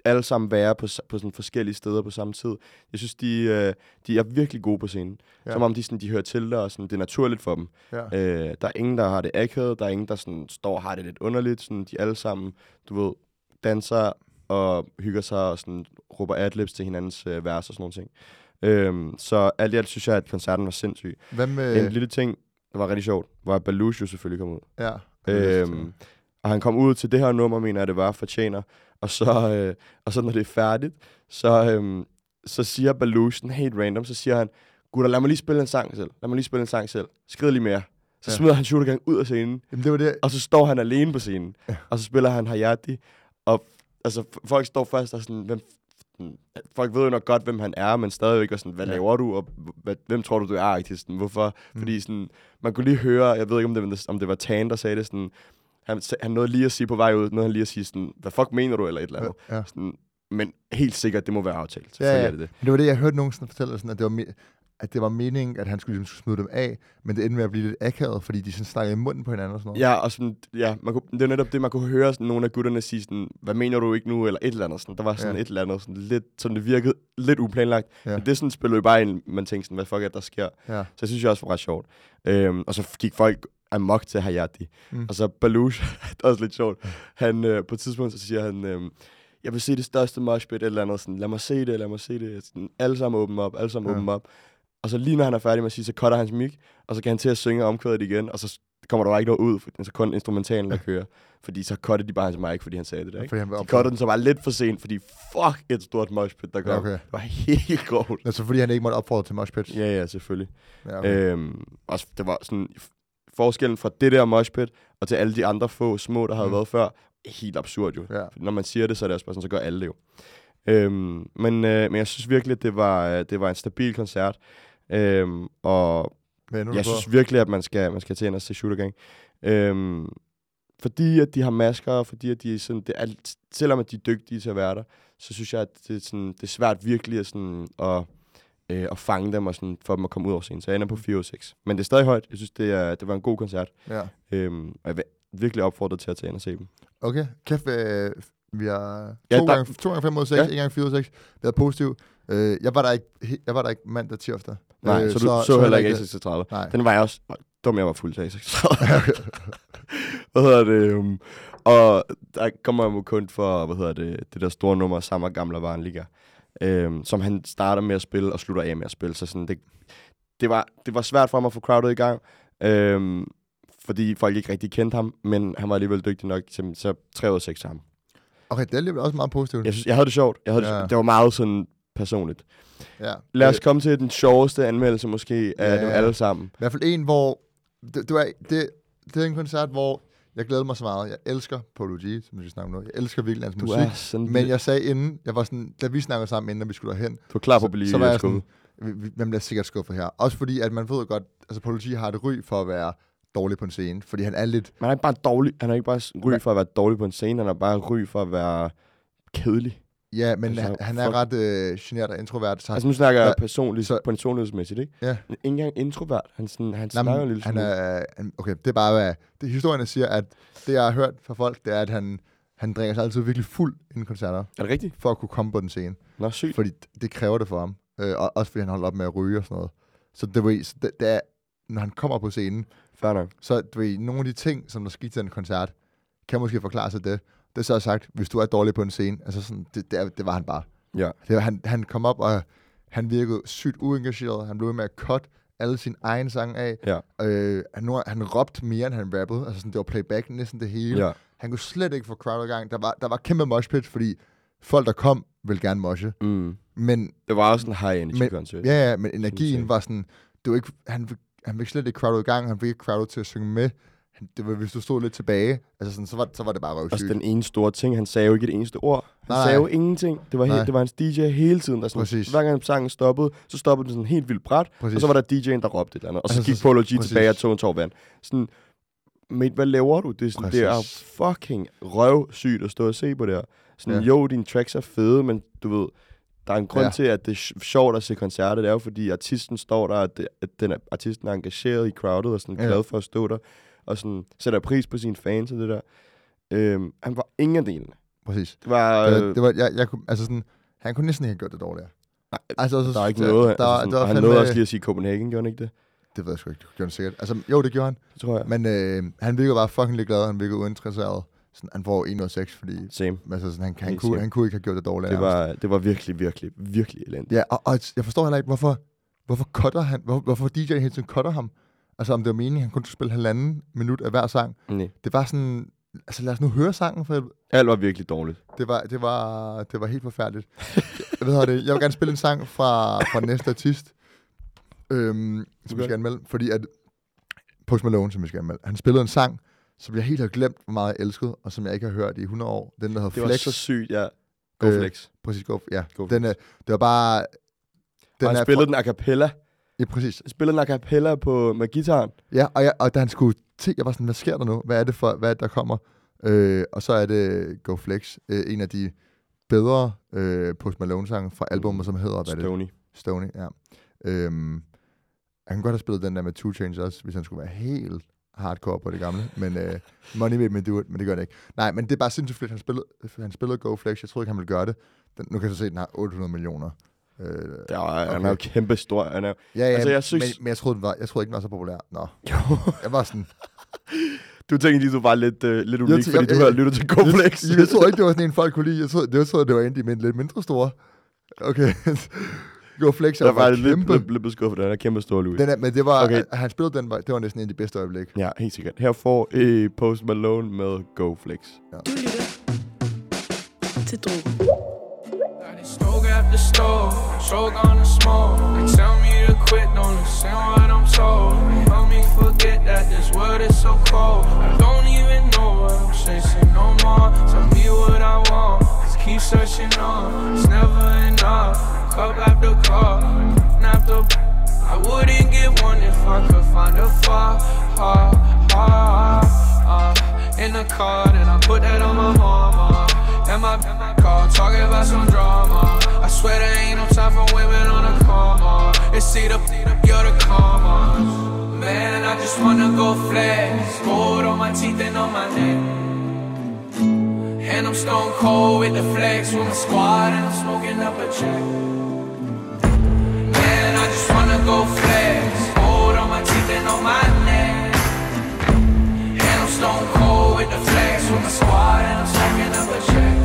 alle sammen være på, på sådan forskellige steder på samme tid. Jeg synes, de, øh, de er virkelig gode på scenen. Ja. Som om de, sådan, de hører til der, og sådan, det er naturligt for dem. Ja. Øh, der er ingen, der har det akavet. Der er ingen, der sådan, står og har det lidt underligt. Sådan, de alle sammen, du ved, danser og hygger sig og sådan, råber adlibs til hinandens øh, vers og sådan nogle ting. Øhm, så alt i alt synes jeg, at koncerten var sindssyg. Hvad med... En lille ting, der var rigtig sjovt, var at Baluch jo selvfølgelig kom ud. Ja. Øhm, og han kom ud til det her nummer, mener jeg, det var Fortjener. Og så, øh, og så når det er færdigt, så, øh, så siger Baluch sådan helt random, så siger han, gutter, lad mig lige spille en sang selv. Lad mig lige spille en sang selv. Skriv lige mere. Så ja. Smider han Sugargang ud af scenen. Jamen, det var det. Og så står han alene på scenen. Ja. Og så spiller han Hayati. Og altså, folk står først og sådan, hvem, folk ved jo nok godt, hvem han er, men stadigvæk er sådan, hvad ja. laver du, og hvad, hvem tror du, du er, artisten? Hvorfor? Mm. Fordi sådan, man kunne lige høre, jeg ved ikke, om det, om det var Tan, der sagde det sådan, Han, han nåede lige at sige på vej ud, nåede han lige at sige sådan, hvad fuck mener du, eller et eller andet. Ja, ja. Sådan, men helt sikkert, det må være aftalt. Ja, ja. Er det, det. det var det, jeg hørte nogen sådan fortælle, sådan, at, det var me- at det var meningen, at han skulle, ligesom, skulle smide dem af, men det endte med at blive lidt akavet, fordi de sådan snakkede i munden på hinanden og sådan noget. Ja, og sådan, ja, man kunne, det var netop det, man kunne høre sådan, nogle af gutterne sige sådan, hvad mener du ikke nu, eller et eller andet. Sådan. Der var sådan ja. et eller andet, sådan, lidt, sådan det virkede lidt uplanlagt. Ja. Men det sådan, spillede jo bare ind, man tænkte sådan, hvad fuck er der sker. Ja. Så jeg synes jeg også var ret sjovt. Øhm, og så gik folk amok til Hayati. Mm. Og så Baluch, det er også lidt sjovt, han øh, på et tidspunkt, så siger han, øh, jeg vil se det største moshpit, eller andet sådan, lad mig se det, lad mig se det, sådan, alle sammen åbne op, alle sammen ja. åbne op. Og så lige når han er færdig med at sige, så cutter hans mic, og så kan han til at synge omkvædet igen, og så kommer der bare ikke noget ud, for det er kun instrumentalen, der kører. Fordi så cuttede de bare hans mic, fordi han sagde det der, ikke? De cuttede den så bare lidt for sent, fordi fuck et stort moshpit, der kom. Ja, okay. Det var helt grovt. Altså fordi han ikke måtte opfordre til moshpit? Ja, ja, selvfølgelig. Ja, okay. øhm, også, det var sådan... Forskellen fra det der moshpit og til alle de andre få små, der havde mm. været før, helt absurd jo. Ja. Når man siger det, så er det også bare sådan, så gør alle det jo. Øhm, men, øh, men jeg synes virkelig, at det var, det var en stabil koncert. Øhm, og jeg synes virkelig, at man skal, man skal til ind og se Sugargang. Øhm, fordi at de har masker, fordi at de er sådan, det er, selvom at de er dygtige til at være der, så synes jeg, at det er, sådan, det er svært virkelig at, sådan, at Øh, og fange dem og sådan, for dem at komme ud over scenen. Så jeg ender på fire og seks. Men det er stadig højt. Jeg synes, det, er, det var en god koncert. Ja. Øhm, og jeg vil virkelig opfordre til at tage ind og se dem. Okay. Kæft, øh, vi har ja, to, gange, to gange fem mod seks, ja. en gang fire og seks. Vi er positiv. Øh, jeg var der ikke, jeg var der ikke mandag tirsdag. Nej, øh, så du så, så heller ikke A seksogtredive. Nej. Den var jeg også. Dum, jeg var fuld til A seksogtredive. Hvad hedder det? Um, og der kommer jeg jo kun for, hvad hedder det, det der store nummer, Samme Gamle Var en Liga. Øhm, som han starter med at spille og slutter af med at spille. Så sådan, det, det, var, det var svært for ham at få crowdet i gang, øhm, fordi folk ikke rigtig kendte ham, men han var alligevel dygtig nok til, så tre ud af seks til ham. Okay, det er alligevel også meget positivt. Jeg, synes, jeg havde det sjovt. Jeg havde ja. det, det var meget sådan personligt. Ja. Lad os komme til den sjoveste anmeldelse måske af ja, dem alle sammen. I hvert fald en, hvor... Det, det, var, det, det er en koncert, hvor... Jeg glæder mig så meget. Jeg elsker Polo G, som vi snakker om nu. Jeg elsker virkelig hans musik. Sådan, men jeg sagde inden, jeg var sådan, da vi snakkede sammen, inden vi skulle derhen. Du var klar på at blive så var jeg sådan, hvem bliver sikkert skuffet her? Også fordi, at man ved godt, altså Polo G har et ry for at være dårlig på en scene. Fordi han er lidt... Man er ikke bare dårlig. Han er ikke bare ry for at være dårlig på en scene. Han er bare ry for at være kedelig. Ja, men altså, han er fuck. ret øh, genert og introvert. Så altså nu snakker jeg ja, personligt, så, personlighedsmæssigt, ikke? Ja. Men ikke engang introvert. Han, sådan, han snakker en lille han er, okay, det er bare, hvad det, historierne siger, at det, jeg har hørt fra folk, det er, at han, han drikker sig altid virkelig fuld inden koncerter. Er det rigtigt? For at kunne komme på den scene. Nå, sygt. Fordi det kræver det for ham. Øh, og også fordi han holder op med at ryge og sådan noget. Så det, var, så det, det er, når han kommer på scenen, fair nok. Så det var, nogle af de ting, som der skete til en koncert, kan måske forklare sig det. Det er så sagt, hvis du er dårlig på en scene, altså sådan, det, det, er, det var han bare. Ja. Det var, han, han kom op, og han virkede sygt uengageret. Han blev med at cut alle sine egne sange af. Ja. Øh, han, han råbte mere, end han rappede. Altså sådan, det var playback næsten det hele. Ja. Han kunne slet ikke få crowd i gang. Der var, der var kæmpe moshpit, fordi folk, der kom, ville gerne moshe. Mm. Men, det var også en high energy koncert. Ja, ja, men energien var sådan, det var ikke, han, han fik slet ikke crowd i gang. Han fik ikke crowd til at synge med. Det var, hvis du stod lidt tilbage, altså sådan, så, var, så var det bare røvsygt. Også den ene store ting, han sagde jo ikke et eneste ord. Han nej, sagde jo ingenting. Det var, helt, det var hans D J hele tiden. Der sådan, hver gang sangen stoppede, så stoppede den sådan helt vildt bræt. Præcis. Og så var der D J'en, der råbte et eller andet. Og så altså, gik Polo G præcis. tilbage og tog en tår vand. Sådan, mate, hvad laver du? Det er, sådan, det er fucking røvsygt at stå og se på det her. Sådan, ja. Jo, dine tracks er fede, men du ved, der er en grund ja. til, at det er sjovt at se koncerter. Det er jo, fordi artisten står der, at, det, at den er, artisten er engageret i crowdet og sådan ja. glad for at stå der. Og sådan sætter pris på sine fans og det der. Øhm, han var ingen af delene. præcis. Det var... Det Øh, var, det var jeg, jeg kunne, altså sådan, han kunne næsten ikke have gjort det dårligere. Nej, altså, så, der er ikke der, noget. Der, altså, der, der han fandme, nåede også lige at sige Copenhagen, gjorde han ikke det? Det ved jeg sgu ikke, det gjorde han sikkert. Altså, jo, det gjorde han. Det tror jeg. Men øh, han virkede bare fucking lidt glad, han virkede uinteresseret. Sådan, han får en ud af seks, fordi Same. altså, sådan, han, han, Helt kunne, same. han kunne ikke have gjort det dårligere. Det var, det var virkelig, virkelig, virkelig elendigt. Ja, og, og jeg forstår heller ikke, hvorfor, hvorfor cutter han, hvor, hvorfor D J'en hele tiden cutter ham. Altså, om det var meningen, han kun skulle spille halvanden minut af hver sang. Nej. Det var sådan, altså lad os nu høre sangen, for Alt var virkelig dårligt. det var, det var, det var helt forfærdeligt. Jeg ved det, jeg vil gerne spille en sang fra, fra den næste artist, øhm, som vi skal anmelde, fordi at Post Malone, som vi skal anmelde, han spillede en sang, som jeg helt har glemt, hvor meget jeg elskede, og som jeg ikke har hørt i hundrede år. Den, der hedder Det var Flex. så sygt, ja. Go Øh, Flex. Præcis, go, ja. Go Den, er, det var bare... Den og han er spillede fra- den a cappella. Ja, præcis. Han spillede den a cappella på, med guitaren. Ja, og, jeg, og da han skulle til, jeg var sådan, hvad sker der nu? Hvad er det for, hvad er det, der kommer? Øh, og så er det Go Flex, øh, en af de bedre øh, Post Malone-sange fra albumet, som hedder, hvad er det? Stoney. Stoney, ja. Øhm, han kunne godt have spillet den der med Two Chainz også, hvis han skulle være helt hardcore på det gamle, men øh, Money Made Me Do It, men det gør det ikke. Nej, men det er bare sindssygt fedt, han spillede, han spillede Go Flex, jeg troede ikke, han ville gøre det. Den, nu kan jeg så se, at den har otte hundrede millioner. Øh, Ja, okay. Han okay. er jo kæmpe stor. Han er, Ja, ja, Altså, jeg men, synes- men jeg troede, den var, jeg troede ikke, den var så populær. Nå, jo. jeg var sådan... Du tænkte lige, du var lidt, uh, lidt unik, tæ- fordi jeg- du jeg- havde lyttet til Go Flex. Jeg, jeg troede ikke, det var sådan en, folk kunne lide. Jeg troede, jeg troede det var en af de men- lidt mindre store. Okay. Go Flex er Jeg jo var bare lidt, kæmpe. lidt, lidt beskuffet, den er kæmpe stor, Louis. Den er, men det var, Okay. okay. han spillede den, var- det var næsten en af de bedste øjeblik. Ja, helt sikkert. Her får I Post Malone med Go Flex. Du lytter til Drogen. Stroke after stroke, choke on the smoke. They tell me to quit, don't listen what I'm told. They help me forget that this world is so cold. I don't even know what I'm chasing no more. Tell me what I want, just keep searching on. It's never enough, cup after cup, after. I wouldn't get one if I could find a far, far, far, uh, in the car. Then I put that on my mama. And my, and my car, talking about some drama. I swear there ain't no time for women on a coma. It's either, you're the karma. Man, I just wanna go flex. Gold on my teeth and on my neck. And I'm stone cold with the flex. With my squad and I'm smoking up a check. Man, I just wanna go flex. Gold on my teeth and on my neck. And I'm stone cold with the flex. With my squad and I'm smoking up a check.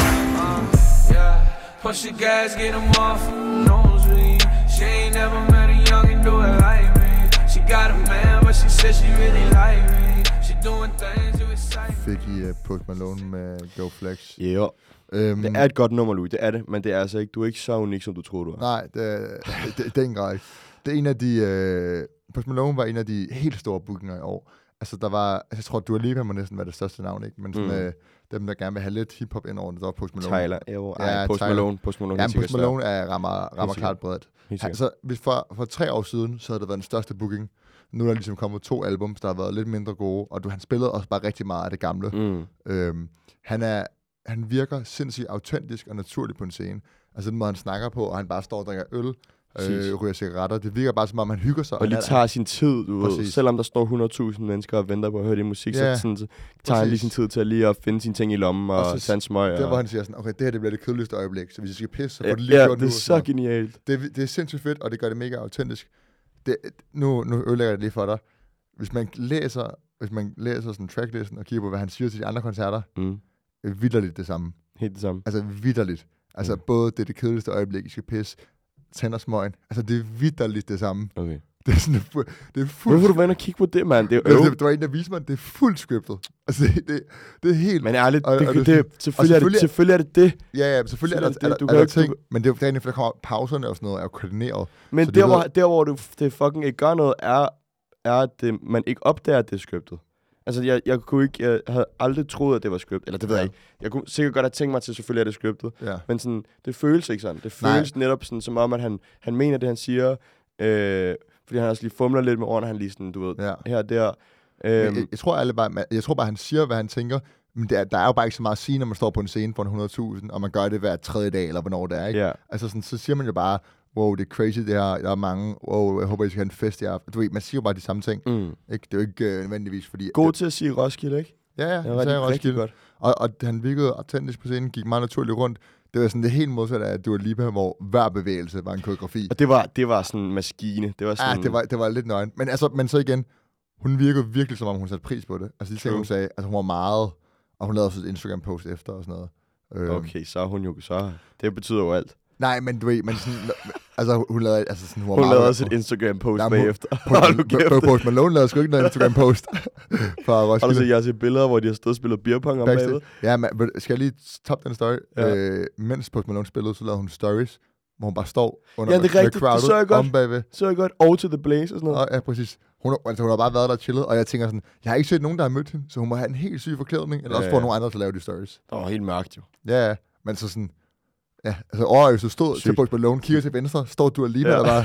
Push the gas, get them off, nosebleed. She ain't never met a youngin' do it like me. She got a man, but she said she really like me. She doing things to excite me. Fik I uh, Post Malone med Go Flex. Ja, yeah. Øhm, Det er et godt nummer, Louis. Det er det, men det er altså ikke, du er ikke så unik, som du troede, du er. Nej, det, det, det er en grad ikke. Det er en af de... Øh, Post Malone var en af de helt store bookinger i år. Altså, der var... Altså, jeg tror, Dua Lipa må næsten være det største navn, ikke? Men sådan, Mm. øh, dem, der gerne vil have lidt hiphop ind over det, der var Post Malone. Tyler, jo, Ja, ej, Post Tyler. Malone, Post Malone. Ja, helt men Post sikkert Malone er, rammer, rammer sikkert. klart bredt. Helt sikkert. Altså, hvis for, for tre år siden, så havde det været den største booking. Nu er der ligesom kommet to albums, der har været lidt mindre gode, og du, han spillede også bare rigtig meget af det gamle. Mm. Øhm, han, er, han virker sindssygt autentisk og naturlig på en scene. Altså den måde, han snakker på, og han bare står og drikker øl, øh, ryger cigaretter. Det virker bare som om, han hygger sig. Og lige han, tager sin tid, du ved. Præcis. Selvom der står hundrede tusind mennesker og venter på at høre din musik, Ja, så, sådan, så tager han lige sin præcis. tid til at lige at finde sine ting i lommen og, Og så- og tage en smøg. Der, og... hvor han siger sådan, okay, det her det bliver det kedeligste øjeblik, så hvis jeg skal pisse, så får Ja, det lige ja, gjort det nu. er og så sådan noget. genialt. det, det er sindssygt fedt, og det gør det mega autentisk. Det, nu, nu ødelægger jeg det lige for dig. Hvis man læser, hvis man læser sådan tracklisten og kigger på, hvad han siger til de andre koncerter, Mm. er vitterligt det samme. Helt det samme. Altså vitterligt. Altså Mm. både det er det kedeligste øjeblik, I skal pisse, tænder smøgen. Altså det er vitterligt det samme. Okay. Det er sådan, det er, fu- det er fuldt... Hvorfor du være inde og kigge på det, mand? Det er jo Altså, øv. det, det var en, der viste mig, det er fuldt scriptet. Altså det, det, det er helt... Men ærligt, Og- det, og det, det- det, selvfølgelig, er det, selvfølgelig- selvfølgelig er det det. Ja, ja, selvfølgelig er der, Sådan er er det. der, Du er kan der ikke- ting, men det er jo derinde, for der kommer pauserne og sådan noget, er jo koordineret. Men Så der det hvor, ved- der, hvor du, det fucking ikke gør noget, er, er at det, man ikke opdager, at det er scriptet. Altså, jeg, jeg kunne ikke, jeg havde aldrig troet, at det var scriptet. Eller det ved Ja. jeg ikke. Jeg kunne sikkert godt have tænkt mig til, selvfølgelig er det scriptet. Ja. Men sådan, det føles ikke sådan. Det Nej. føles netop sådan, som om, at han, han mener det, han siger. Øh, fordi han også lige fumler lidt med ordene, han lige sådan, du ved, Ja. her og der. Men Øhm, jeg, jeg, tror alle bare, man- jeg tror bare, han siger, hvad han tænker, men det er, der er jo bare ikke så meget at sige, når man står på en scene for en hundrede tusind, og man gør det hver tredje dag, eller hvornår det er, ikke? ja. Altså sådan, så siger man jo bare, wow, det er crazy det her, der er mange, wow, jeg håber, I skal have en fest i aften. Du ved, man siger jo bare de samme ting, Mm. ikke? Det er jo ikke øh, nødvendigvis, fordi... God til at sige Roskilde, ikke? Ja, ja, Det det var sagde jeg rigtig, rigtig Roskilde. godt. Og, og han virkede autentisk på scenen, gik meget naturligt rundt. Det var sådan det helt modsatte af, at Dua Lipa, hvor hver bevægelse var en koreografi. Og det var, det var sådan en maskine. Det var sådan... Ja, det var, det var lidt nøgen. Men, altså, men så igen, hun virkede virkelig, som om hun satte pris på det. Altså de ting, hun sagde, altså hun var meget, og hun lavede også et Instagram-post efter og sådan noget. Okay, så er hun jo så... Det betyder jo alt. Nej, men du ved, men sådan, altså hun lavede, altså sådan, hun var hun meget... lavede også et Instagram-post bagefter. Post Malone lavede sgu ikke noget Instagram-post fra Roskilde. Har du set, jeg har set billeder, hvor de har stået og spillet beerpong om bagved? Ja, men skal jeg lige toppe den story? Ja. Øh, mens Post Malone spillede, så lavede hun stories, hvor hun bare står under ja, det er rigtigt. Det så jeg godt. om bagved. Så jeg godt. Over to the Blaze og sådan noget. Og, ja, præcis. Hun, altså, hun har bare været der og chillet, og jeg tænker sådan, jeg har ikke set nogen, der har mødt hende, så hun må have en helt syg forklædning, eller ja, også få ja. nogle andre til at lave de stories. Det var helt mørkt jo. Ja, ja. Men så sådan... Ja, altså over, hvis du stod Sygt. til Post Malone, kigger til venstre, står du alligevel ja. og bare...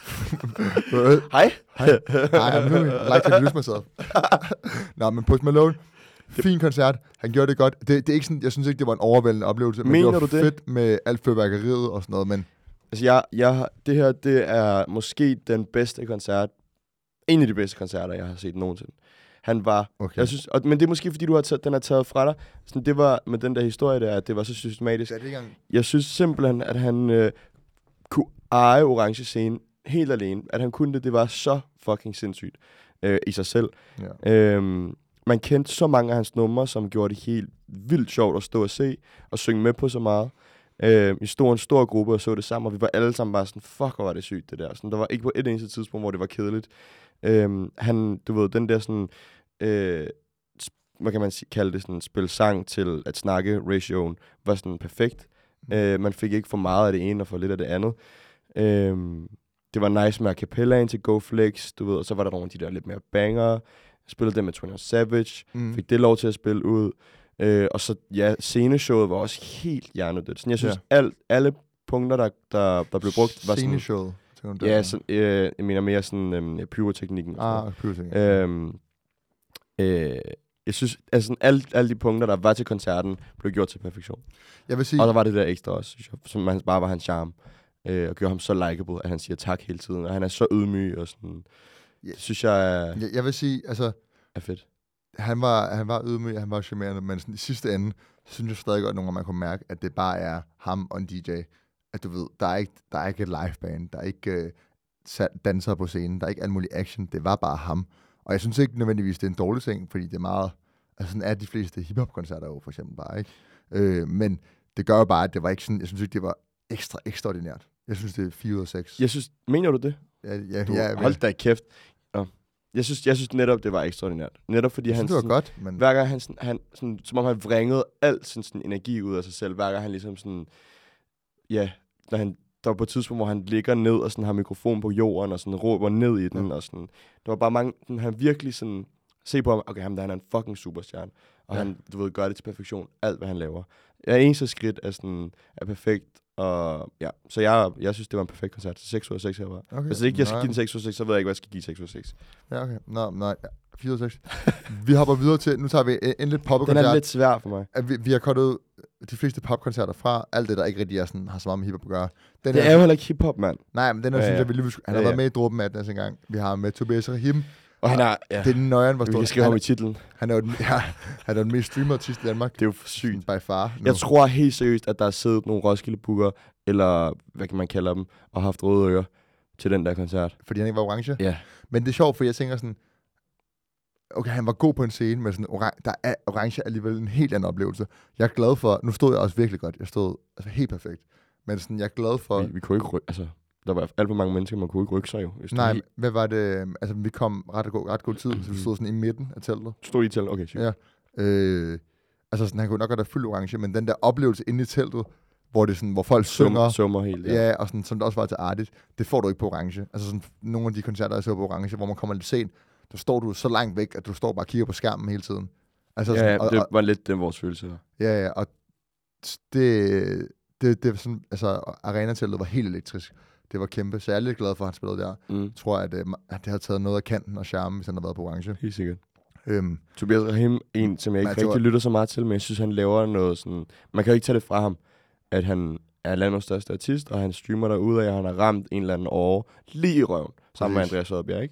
Hej. Hej. Hej, I'm new. I like to introduce myself. Nå, men Post Malone, fin koncert. Han gjorde det godt. Det, det er ikke sådan, jeg synes ikke, det var en overvældende oplevelse, men Mener det var du fedt det? med alt fyrværkeriet og sådan noget, men... Altså, jeg, jeg, det her, det er måske den bedste koncert, en af de bedste koncerter, jeg har set nogensinde. Han var, okay. jeg synes, og, men det er måske fordi du har taget, den har taget fra dig. Sådan, det var med den der historie der, at det var så systematisk. Ja, det gang... Jeg synes simpelthen, at han øh, kunne eje Orange Scene helt alene. At han kunne det, det var så fucking sindssygt øh, i sig selv. Ja. Øhm, man kendte så mange af hans numre, som gjorde det helt vildt sjovt at stå og se og synge med på så meget. Øh, vi stod en stor gruppe og så det sammen, og vi var alle sammen bare sådan, fuck, hvor var det sygt det der. Sådan, der var ikke på et eneste tidspunkt, hvor det var kedeligt. Øh, han, du ved, den der sådan, øh, hvad kan man sige, kalde det, sådan spil sang til at snakke ratioen, var sådan perfekt. Mm. Øh, man fik ikke for meget af det ene og for lidt af det andet. Øh, det var nice med a cappellaen til Go Flex, du ved, og så var der nogle af de der lidt mere banger. Jeg spillede det med enogtyve Savage, mm. fik det lov til at spille ud. Øh, og så, ja, sceneshowet var også helt hjernedødt. Sådan, jeg synes, ja. alt, alle punkter, der, der, der blev brugt, var sådan... Sceneshowet? Ja, sådan, øh, jeg mener mere sådan øhm, pyroteknikken. Ah, pyroteknikken. Øhm, øh, jeg synes, altså alle, alle de punkter, der var til koncerten, blev gjort til perfektion. Jeg vil sige... Og der var det der ekstra også, synes jeg, som han, bare var hans charme. Øh, og gjorde ham så likeable, at han siger tak hele tiden. Og han er så ydmyg og sådan... Ja. Det synes jeg er... Jeg, jeg vil sige, altså... Er fedt. Han var, han var ydmyg, han var charmerende, men sådan, i sidste ende, så synes jeg stadig godt, at nogle gange man kunne mærke, at det bare er ham og en D J. At du ved, der er ikke, der er ikke et liveband, der er ikke uh, dansere på scenen, der er ikke alt mulig action, det var bare ham. Og jeg synes ikke nødvendigvis, det er en dårlig ting, fordi det er meget, altså sådan er de fleste hiphop-koncerter jo for eksempel bare, ikke? Øh, men det gør jo bare, at det var ikke sådan, jeg synes ikke, det var ekstra ekstraordinært. Jeg synes, det er fire ud af seks. Jeg synes, mener du det? Ja, ja, du, ja, hold da kæft. Ja. Jeg synes, jeg synes netop, det var ekstraordinært. Netop fordi jeg han... synes, det var sådan, godt, men... Hver gang han, sådan, han sådan, som om han vringede al sin sådan, energi ud af sig selv. Hver gang han ligesom sådan... Ja, når han... Der var på et tidspunkt, hvor han ligger ned og sådan har mikrofon på jorden og sådan råber ned i den. Ja. Og sådan. Der var bare mange... Sådan, han virkelig sådan... Se på ham, okay, ham der, han er en fucking superstjerne. Og ja. han, du ved, gør det til perfektion. Alt, hvad han laver. Ja, eneste skridt er sådan... Er perfekt. Og ja, så jeg, jeg synes, det var en perfekt koncert. seks ud af seks herfra. Okay. Hvis ikke jeg skal give den seks ud af seks, så ved jeg ikke, hvad jeg skal give seks ud af seks. Ja, okay. Nå, nej. fire ud af seks. Vi hopper videre til... Nu tager vi en lidt popkoncert. Den er lidt svær for mig. Vi, vi har kuttet de fleste popkoncerter fra. Alt det, der ikke rigtig er sådan, har så meget med hiphop at gøre. Den det er, er jo heller ikke hiphop, mand. Nej, men den er, ja, synes jeg, vi lige... Han har ja, ja. været med i Dråben Madness engang. Vi har med Tobias Rahim. Og han er... Ja. Det er den nøjeren, hvor stor... Vi kan skrive ham i titlen. Han er jo den, ja, han er den mest streamede artist i Danmark. Det er jo for sygt. By far. Nu. Jeg tror helt seriøst, at der er siddet nogle Roskilde-booker, eller hvad kan man kalde dem, og haft røde ører til den der koncert. Fordi han ikke var orange? Ja. Men det er sjovt, for jeg tænker sådan... Okay, han var god på en scene, men sådan orange, der er orange alligevel en helt anden oplevelse. Jeg er glad for... Nu stod jeg også virkelig godt. Jeg stod altså helt perfekt. Men sådan, jeg er glad for... Vi, vi kunne ikke rykke... Altså, der var alt for mange mennesker, man kunne ikke rykke sig jo. Nej, helt... hvad var det... Altså, vi kom ret god, ret god tid, så vi stod sådan i midten af teltet. Stod i teltet? Okay, shit. Ja. Øh, altså, sådan, han kunne nok have været fyldt orange, men den der oplevelse inde i teltet, hvor det sådan, hvor folk synger, summer helt, ja. Ja, og sådan, som det også var til Artist, det får du ikke på orange. Altså sådan, nogle af de koncerter, jeg så på orange, hvor man kommer lidt sent, der står du så langt væk, at du står bare og kigger på skærmen hele tiden. Altså, ja, sådan, ja, og, det og, var lidt den vores følelse her. Ja, ja, og det, det, det var sådan, altså, arenateltet var helt elektrisk. Det var kæmpe, så jeg er lidt glad for, at han spillede der. Mm. Jeg tror, at, at det har taget noget af kanten og charmen, hvis han har været på orange. Helt sikkert. Øhm, Tobias Rahim, en, som jeg ikke rigtig tror... lytter så meget til, men jeg synes, han laver noget sådan... Man kan jo ikke tage det fra ham, at han er landets største artist, og han streamer derude af, at han har ramt en eller anden år lige i røven, sammen med Andreas Oddbjerg, ikke?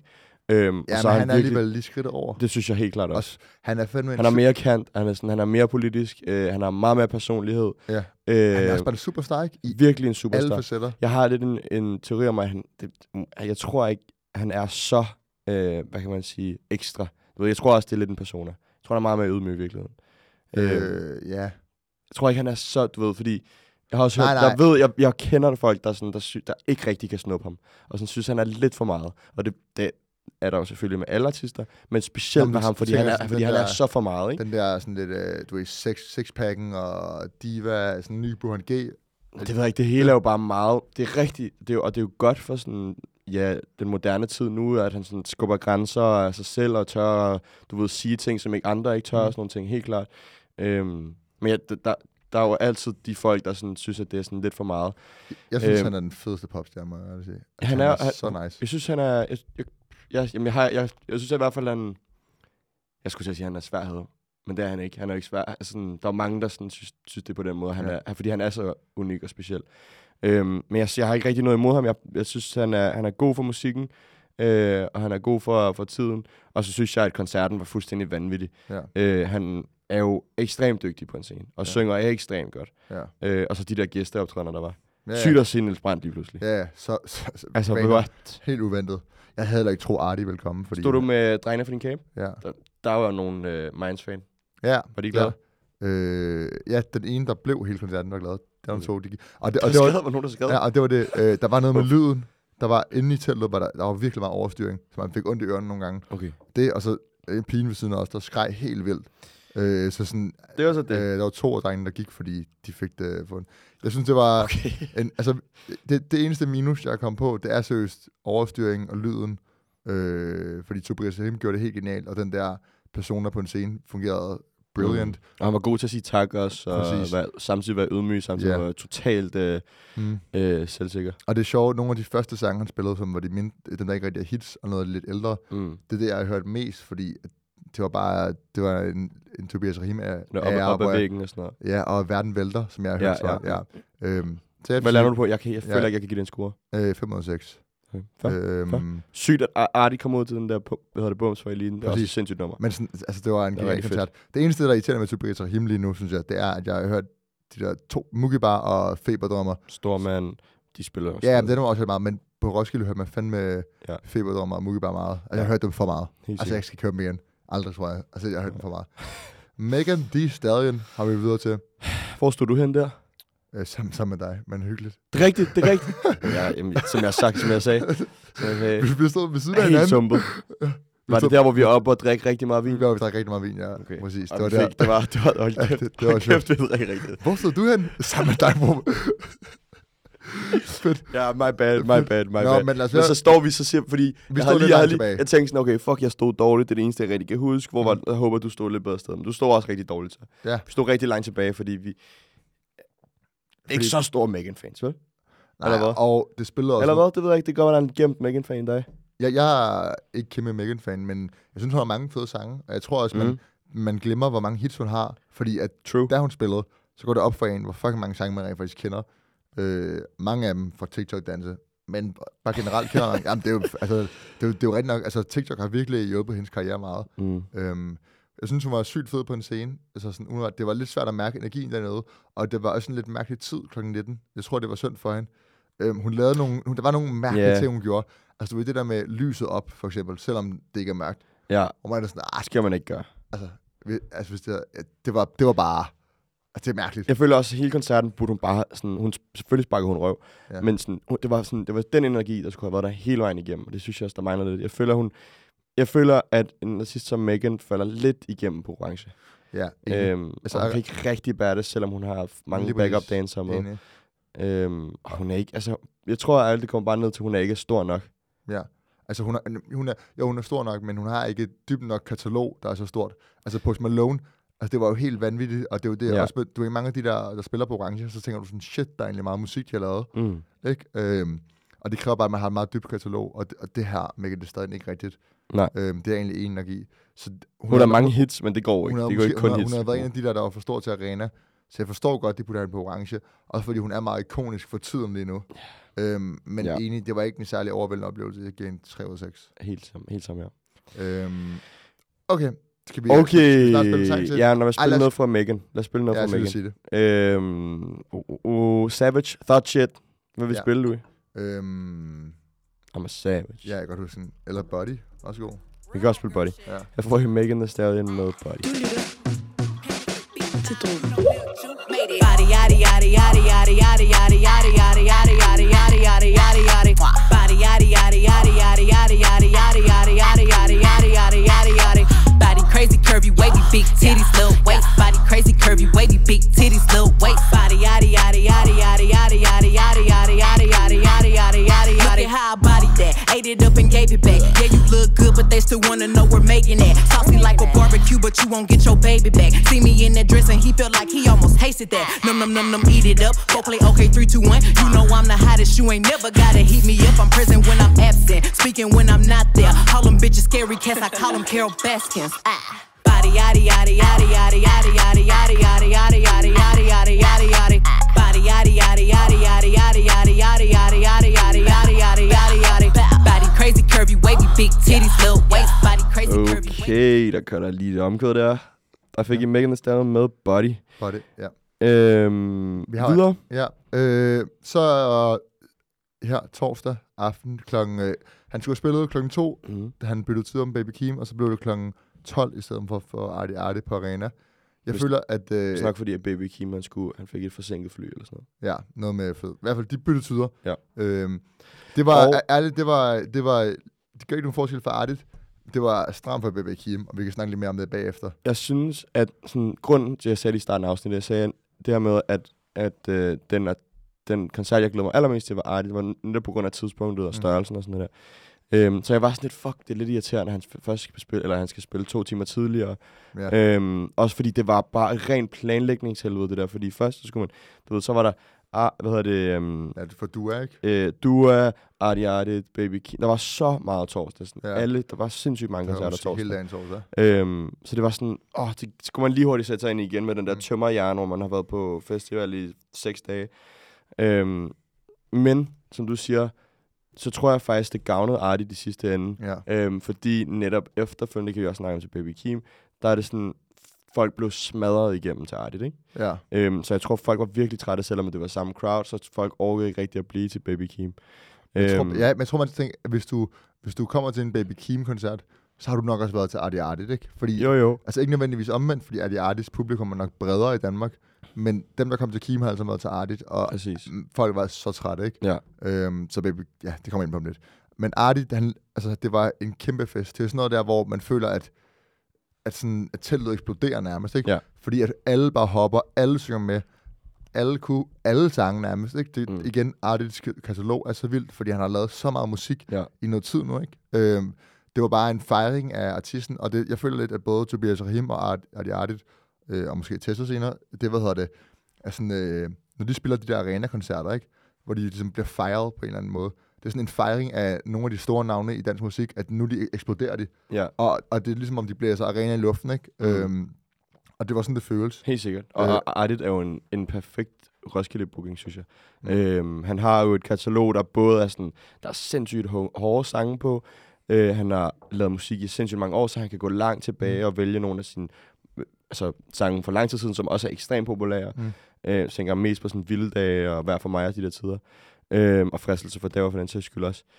Øhm, Ja, og så men er han er virkelig, alligevel lige skridt over. det synes jeg helt klart også. også han er fandme en Han er su- mere kant, han er, sådan, han er mere politisk, øh, han har meget mere personlighed. Ja. Øh, Han er også bare en superstar, ikke? I virkelig en alle superstar. facetter. Jeg har lidt en, en teori om, at han, det, jeg tror ikke, han er så, øh, hvad kan man sige, ekstra. Du ved, jeg tror også, det er lidt en persona. Jeg tror, han er meget mere ydmyg i virkeligheden. Øh, Øh, ja. jeg tror ikke, han er så, du ved, fordi jeg har også Nej, hørt, nej. jeg ved, jeg, jeg kender folk, der, sådan, der, sy, der ikke rigtig kan snuppe ham, og sådan synes, han er lidt for meget. Og det, det er der jo selvfølgelig med alle artister, men specielt Nå, men med ham, så fordi, tænker han jeg er, sådan, fordi den han der- er så for meget, ikke? Den der sådan lidt, øh, du ved, six, sixpacken og diva, sådan en ny Burhan G. Det ved jeg ikke, det hele er jo bare meget, det er rigtigt, det er jo, og det er jo godt for sådan, ja, den moderne tid nu, at han sådan skubber grænser af sig selv og tør, du ved, sige ting, som ikke andre ikke tør, Mm. og sådan nogle ting, helt klart. Øhm, men ja, der, der er jo altid de folk, der sådan, synes, at det er sådan lidt for meget. Jeg synes, Øhm. han er den fedeste popstjerne, må jeg ærligt sige. Altså, Han han er- er, han- så nice. Jeg synes, han er, jeg, jeg, jeg, jamen, jeg, har, jeg, jeg synes i hvert fald, han, jeg skulle til at sige, at han er sværhed, men det er han ikke. Han er jo ikke svær. Altså, sådan, der er mange, der sådan, synes, synes, det er på den måde, han Ja. er, fordi han er så unik og speciel. Øhm, men jeg, jeg har ikke rigtig noget imod ham. Jeg, jeg synes, han er, han er god for musikken, øh, og han er god for, for tiden. Og så synes jeg, at koncerten var fuldstændig vanvittig. Ja. Øh, han er jo ekstremt dygtig på en scene, og Ja. synger ekstremt godt. Ja. Øh, og så de der gæsteoptrædener, der var. Ja, Sygt at se Niels Brandt lige pludselig. Ja, ja. Så, så, så Altså, random. what? Helt uventet. Jeg havde heller ikke tro, Artie ville komme. Fordi, Stod du med drengene for din kæbe? Ja. Der var jo nogle øh, Minds-fan. Ja. Var de glade? Ja. Øh, ja, den ene, der blev hele koncerten, var glad. Der var Okay. to, de gik. Og det, Og og det det var, var nogen, der skrev. ja, og det var det. Øh, der var noget med lyden. Der var inde i teltet, var der, der var virkelig meget overstyring, så man fik ondt i ørerne nogle gange. Okay. Det, og så en pige ved siden af os, der skreg helt vildt. Øh, så sådan, Det var så det. øh, der var to af drengene, der gik, fordi de fik det fundet. Jeg synes, det var... Okay. En, altså, det, det eneste minus, jeg kom på, det er seriøst overstyring og lyden. Øh, fordi Tobias Rahim gjorde det helt genialt, og den der persona på en scene fungerede brilliant. Mm. Og han var god til at sige tak også, og Præcis. være, samtidig være ydmyg, samtidig Ja. være totalt øh, Mm. øh, selvsikker. Og det er sjovt, nogle af de første sange, han spillede, som var de mind, dem, der ikke rigtig er hits, og noget lidt ældre, Mm. det er det, jeg har hørt mest, fordi at det var bare det var en, en Tobias Rahim af, Op, op ad væggen og sådan noget. Ja, og Verden Vælter, som jeg har Ja, hørt. så, ja. ja. Øhm, så jeg Hvad lander du på? Jeg, kan, jeg føler Ja. ikke, jeg kan give det en score. Øh, fem ud af seks. Okay. Fair. Øhm, Sygt, at Ar- Artie kom ud til den der, pu- hvad hedder det, Bums for Eliten. Det er også et Præcis. sindssygt nummer. Men sådan, altså, det var en Det var genial rigtig koncert. Det eneste, der irriterer mig med Tobias Rahim lige nu, synes jeg, det er, at jeg har hørt de der to Mugibar og Feberdrømmer. Stormand, de spiller også. Ja, men det var også hørt meget, men på Roskilde hørte man fandme Ja. ja. Feberdrømmer og Mugibar meget. Altså, Ja. jeg har hørt dem for meget. Helt Altså, jeg sikkert. skal køre dem igen. Aldrig, tror jeg. Altså, jeg har hørt dem for meget. Megan Thee Stallion har vi videre til. Hvor stod du hen der? Øh, sammen, sammen med dig, men hyggeligt. Det er rigtigt, det er rigtigt. ja, jamen, som jeg har sagt, som jeg sagde. Som jeg sagde. Vi bliver stået ved siden af Helt hinanden. sumpet. Var det der, hvor vi er oppe og drikke rigtig meget vin? Vi var vi drak rigtig meget vin, ja. Okay. Præcis. Og Det var vi der. fik, det var, det var, hold Ja, kæft, det- det var hold sjovt. kæft, det var rigtig rigtigt. Hvor stod du hen? Sammen med dig, bror. Fedt. Ja, my bad, my bad, my Nå, bad. men lad os Men høre- så står vi så siger, fordi Vi jeg, står havde lidt lige, jeg, havde langt lige, tilbage. jeg tænkte sådan, okay, fuck, jeg stod dårligt, det er det eneste, jeg rigtig kan huske. Hvor var, jeg håber, du stod lidt bedre sted. Men du stod også rigtig dårligt, så. Ja. Vi stod rigtig langt tilbage, fordi vi... Ikke Fordi- så store Megan-fans, vel? Nej, Eller hvad? og det spillede også... Eller hvad? Det ved jeg ikke, det går, at der er en gemt Megan-fan i dag. Jeg, jeg er ikke kæmpe Megan-fan, men jeg synes, hun har mange fede sange. Og jeg tror også, Mhm. man, man glemmer, hvor mange hits hun har. Fordi at True. da hun spillede, så går det op for en, hvor fucking mange sange man rent faktisk kender. Øh, mange af dem fra TikTok-danse. Men bare generelt kender man... Jamen, det er jo, altså, det er, jo, det er jo rigtig nok... Altså, TikTok har virkelig hjulpet hendes karriere meget. Mm. Øhm, jeg synes, hun var sygt fed på en scene. Altså, sådan, hun var, det var lidt svært at mærke energien dernede. Og det var også en lidt mærkelig tid klokken nitten. Jeg tror, det var synd for hende. Øhm, hun lavede nogle... Hun, der var nogle mærkelige Ja. ting, hun gjorde. Altså, du ved det der med lyset op, for eksempel, selvom det ikke er mørkt. Ja, Og man er sådan, ah, det skal man ikke gøre. altså, vi- altså hvis det, det, var, det var bare... Altså, det er mærkeligt. Jeg føler også, at hele koncerten burde hun bare sådan, hun, selvfølgelig sparker hun røv, Ja. ja. men sådan, hun, det, var sådan, det var den energi, der skulle have været der hele vejen igennem, og det synes jeg også, der mangler lidt. Jeg føler, hun, jeg føler, at en artist som Megan falder lidt igennem på orange. Ja, enig. Øhm, Altså, altså, hun kan ikke rigtig bære det, selvom hun har mange Lige backup præcis. dancer med. Enig. Øhm, og hun er ikke, altså, jeg tror, at alt det kommer bare ned til, at hun er ikke stor nok. Ja. Altså, hun er, hun er, jo, hun er stor nok, men hun har ikke et dybt nok katalog, der er så stort. Altså, Post Malone, altså, det var jo helt vanvittigt, og det er jo det, Ja. ja. også, med- du ved, mange af de der, der spiller på orange, så tænker du sådan, shit, der er egentlig meget musik, de har lavet, Mm. ikke? Øhm, og det kræver bare, at man har et meget dybt katalog, og det, og det her, Megan Thee Stallion, ikke rigtigt. Nej. Øhm, det er egentlig en energi. Så Hun, hun har mange hits, men det går hun ikke. har, Det går måske, ikke kun hun, har, hits. hun har været en af de der, der var for stor til arena, så jeg forstår godt, de putter hende på orange, også fordi hun er meget ikonisk for tiden lige nu. Øhm, men Ja. enig, det var ikke en særlig overvældende oplevelse. Jeg gav en tre ud af seks. Helt sammen, helt sammen, ja. Øhm, okay. Skal vi, Okay, skal vi snart spille en sang til? ja, når vi spiller Ej, noget fra Megan. Lad os spille noget Ja, fra jeg skulle Megan. sige det. Øhm, uh, uh, Savage, Thought Shit. Hvad vil Ja. spille, Louis? Øhm, I'm a savage. ja, jeg kan godt huske sådan. Eller Buddy. Også god. Vi kan også spille Buddy. Ja. Jeg får Megan Thee Stallion med Buddy. Du lytter til Drogen. Body yaddy yaddy yaddy yaddy yaddy yaddy yaddy yaddy yaddy yaddy yaddy yaddy yaddy yaddy body yaddy yaddy yaddy yaddy yaddy yaddy yaddy yaddy yaddy yaddy yaddy yaddy yaddy yaddy body crazy curvy wavy big titties little waist body crazy curvy wavy big titties little waist body yaddy yaddy yaddy yaddy yaddy yaddy yaddy yaddy yaddy yaddy yaddy yaddy yaddy yaddy how I body that ate it up and gave it back yeah you look good but they still wanna know we're making that saucy like a barbecue but you won't get your baby back see me in that dress and he felt like he almost tasted that num num num num eat it up go play okay three two one you know I'm the hottest you ain't never gotta heat me up I'm present when I'm absent speaking when I'm not there call them bitches scary cats I call them Carol Baskins ah body yaddy yaddy yaddy yaddy yaddy yaddy yaddy yaddy yaddy yaddy yaddy yaddy yaddy yaddy body yaddy yaddy yaddy yaddy yaddy yaddy yaddy yaddy yaddy yaddy yaddy yaddy yaddy yaddy body crazy curvy wavy big titties little waist body crazy curvy Okay, der kører der lige et omkød der. Der fik I Megan Thee Stallion med Buddy. Buddy, ja. Øhm, Vi har- videre. Ja, øh, så øh, her torsdag aften klokken... Øh, han skulle have spillet klokken to, Mm. da han byttede tid om Baby Keem, og så blev det klokken tolv i stedet for, for Artie Artie på Arena. Jeg Hvis- føler, at... Øh, Det er nok fordi, at Baby Keem, han, skulle, han fik et forsinket fly eller sådan noget. ja, noget med fed. I hvert fald, de byttede tider. Ja. Øhm, det var, Og- og... ærligt, det var... Det var det gør ikke nogen forskel for Artie. Det var stramt for Baby Keem, og vi kan snakke lidt mere om det bagefter. Jeg synes, at sådan, grunden til, at jeg sagde det i starten af afsnittet, jeg sagde det her med, at, at øh, den, at den koncert, jeg glæder mig allermest til, var Artie. Det var netop på grund af tidspunktet og størrelsen mm. og sådan noget der. Øhm, så jeg var sådan lidt, fuck, det er lidt irriterende, at han først skal spille, eller han skal spille to timer tidligere. Ja. Øhm, også fordi det var bare ren planlægningshelvede, det der. Fordi først, så skulle man, du ved, så var der, ah, hvad hedder det, øhm, Ja, det for du er ikke? øh, Dua, Artie Artie, Baby Keem. Der var så meget torsdag. Sådan. Ja. Alle, der var sindssygt mange Det var koncerter måske hele torsdag. dagen torsdag. Øhm, så det var sådan, åh, det skulle man lige hurtigt sætte sig ind i igen med den der Mm. tømmerjern, hvor man har været på festival i seks dage. Øhm, men, som du siger, så tror jeg faktisk, det gavnede Artie de sidste ende. Ja. Øhm, fordi netop efterfølgende, kan vi også snakke om til Baby Keem, der er det sådan, folk blev smadret igennem til Artie, ikke? Ja. Øhm, så jeg tror, folk var virkelig trætte, selvom det var samme crowd, så folk orkede ikke rigtig at blive til Baby Keem. Jeg tror, Øhm, ja, men jeg tror, man tænker, at hvis du, hvis du kommer til en Baby Keem-koncert, så har du nok også været til Artie Artie, ikke? Fordi, Jo, jo. altså ikke nødvendigvis omvendt, fordi Artie Arties publikum er nok bredere i Danmark, men dem, der kom til Keem, har altså været til Artie, og Præcis. mm, folk var så trætte, ikke? Ja. Øhm, så Baby, ja, det kommer ind på om lidt. Men Artie, han, altså, det var en kæmpe fest. Det er sådan noget der, hvor man føler, at, at, sådan, at teltet eksploderer nærmest, ikke? Ja. Fordi at alle bare hopper, alle synger med, alle kunne, alle sange nærmest, ikke? Det, Mm. mm. Igen, Arties katalog er så vildt, fordi han har lavet så meget musik Ja. i noget tid nu, ikke? Øhm, det var bare en fejring af artisten, og det, jeg føler lidt, at både Tobias Rahim og Art, Artie Artie, øh, og måske Tessa senere, det, hvad hedder det, er sådan, øh, når de spiller de der arena-koncerter, ikke? Hvor de ligesom bliver fejret på en eller anden måde. Det er sådan en fejring af nogle af de store navne i dansk musik, at nu de eksploderer de. Ja, Og, og det er ligesom, om de bliver så arena i luften, ikke? Mm. Øhm, og det var sådan, det føles. helt sikkert. Og Øh. øh. Artie er jo en, en perfekt Roskilde-booking, synes jeg. Mm. Mm. Øhm, han har jo et katalog, der både er sådan, der er sindssygt hå- hårde sange på. Øh, han har lavet musik i sindssygt mange år, så han kan gå langt tilbage Mm. og vælge nogle af sine øh, altså, sange for lang tid siden, som også er ekstremt populære. Mm. Øh, så tænker mest på sådan Vilde Dage og Hver for mig og de der tider. Øh, og Fristelse for Dæver for den sags skyld også.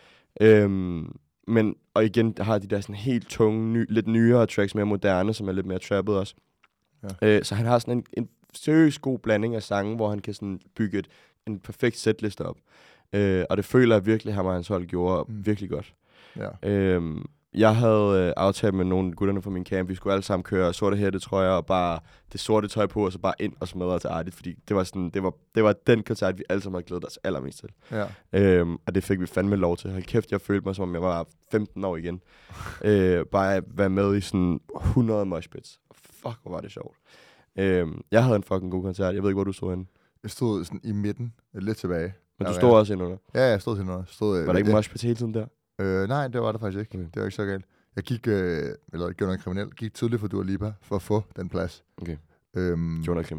Øhm, men, og igen, der har de der sådan helt tunge, ny, lidt nyere tracks, mere moderne, som er lidt mere trappet også. Ja. Øh, så han har sådan en, en seriøs god blanding af sange, hvor han kan sådan bygge et, en perfekt setliste op. Øh, og det føler jeg virkelig, ham og hans hold gjorde Mm. virkelig godt. Ja. Øhm, jeg havde øh, aftalt med nogle af gutterne fra min camp, vi skulle alle sammen køre sorte hættetrøjer og bare det sorte tøj på, og så bare ind og smadre til Artie, fordi det var, sådan, det var, det var den koncert, vi alle sammen havde glædet os allermest til. Ja. Øhm, og det fik vi fandme lov til. Hold kæft, jeg følte mig, som om jeg var femten år igen. øh, bare at være med i sådan hundrede moshpits. Fuck, hvor var det sjovt. Øhm, jeg havde en fucking god koncert. Jeg ved ikke, hvor du stod henne. Jeg stod sådan i midten, lidt tilbage. Men du Ja, stod ja. også indunder. Ja, jeg stod til noget. Stod, øh, Var der ikke lidt- moshpits hele tiden der? Øh, nej, det var der faktisk ikke. Okay. Det var ikke så galt. Jeg gik, øh, eller gjorde noget kriminelt, gik tidligt for Dua Lipa for at få den plads. Okay. Øhm, Det var noget kriminelt.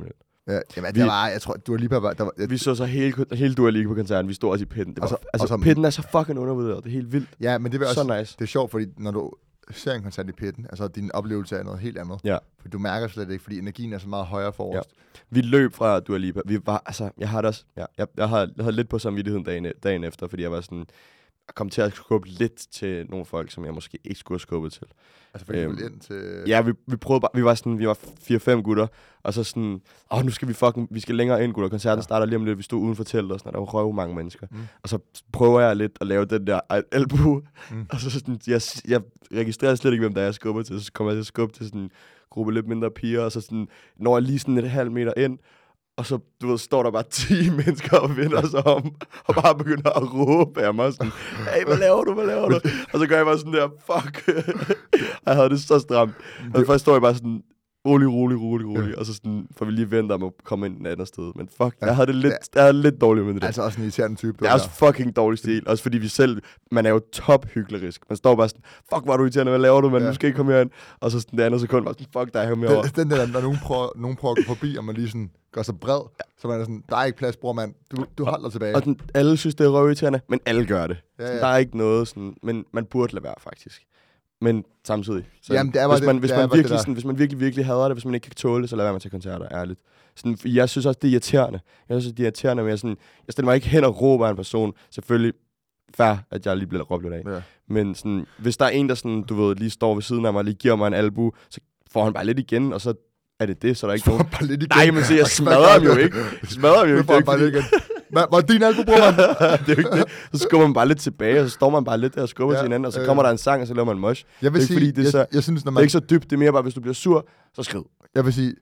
Ja, jamen, det var, jeg tror, Dua Lipa var... Der var jeg, vi så så hele, hele Dua Lipa på koncerten, vi stod også i pitten. Det var, så, altså, pitten er så fucking undervurderet, det er helt vildt. Ja, men det er også... nice. Det er sjovt, fordi når du ser en koncert i pitten, altså din oplevelse er noget helt andet. Ja. For du mærker slet ikke, fordi energien er så meget højere forrest. Ja. Vi løb fra Dua Lipa. Vi var, altså, jeg har det også... Ja, jeg, jeg, havde, jeg havde lidt på samvittigheden dagen, dagen efter, fordi jeg var sådan... Jeg kom til at skubbe lidt til nogle folk, som jeg måske ikke skulle have skubbet til. Altså fordi øhm, du ind til... Ja, vi, vi prøvede bare... Vi var sådan... Vi var fire fem gutter, og så sådan... Åh, nu skal vi fucking... Vi skal længere ind, gutter. Koncerten ja. starter lige om lidt. Vi stod uden for teltet og sådan, og der var røv mange mennesker. Mm. Og så prøver jeg lidt at lave den der albue. Mm. Og så sådan... Jeg, jeg registrerer slet ikke, hvem der er, jeg skubber til. Så kommer jeg til at skubbe til sådan en gruppe lidt mindre piger, og så sådan... Når jeg lige sådan et halvt meter ind, og så, du ved, står der bare ti mennesker og vender sig om, og bare begynder at råbe af mig sådan, hey, hvad laver du, hvad laver du? Og så gør jeg bare sådan der, fuck. Jeg havde det så stramt. Og først står jeg bare sådan, rolig, rolig, rolig, rolig, ja. Og så sådan, får vi lige vente om at komme ind et andet sted. Men fuck, ja. jeg havde det lidt, jeg havde det lidt dårligt med det der. Altså også en irriterende type. Det er også fucking dårlig stil, også fordi vi selv, man er jo top hyklerisk. Man står bare sådan, fuck, hvor er du irriterende, hvad laver du, men ja. Du skal ikke komme herind. Og så sådan det andet sekund, bare sådan, fuck dig, her med over. Den der, når nogen prøver, nogen prøver at gå forbi, og man lige sådan gør sig bred, ja. Så man er sådan, der er ikke plads, bror mand, du, du holder tilbage. Og sådan, alle synes, det er røvirriterende, men alle gør det. Ja, ja. Der er ikke noget sådan, men man burde lade være faktisk. Men samtidig. Så Jamen, det er hvis man, det, hvis, det man er virkelig, det sådan, hvis man virkelig, virkelig hader det, hvis man ikke kan tåle det, så lad være med til koncerter, ærligt. Sådan, jeg synes også, det er irriterende. Jeg synes, det er irriterende, men jeg, sådan, jeg stiller mig ikke hen og råber af en person. Selvfølgelig fair, at jeg lige bliver råbt lidt af. Ja. Men sådan, hvis der er en, der sådan, du ved, lige står ved siden af mig og lige giver mig en albu, så får han bare lidt igen, og så er det det, så der er ikke nogen... Bare lidt igen. Nej, men så jeg smadrer ham jo ikke. Jeg smadrer ham jo ikke. Bare lidt igen. Hvor er din albu, bror, man? Det er jo ikke det. Så skubber man bare lidt tilbage, og så står man bare lidt der og skubber ja, til hinanden, og så øh, kommer der en sang, og så laver man mosh. Jeg vil det er sige, ikke, fordi, det er, så, jeg, jeg synes, når man... det er ikke så dybt, det er mere bare, hvis du bliver sur, så skrid. Jeg vil sige,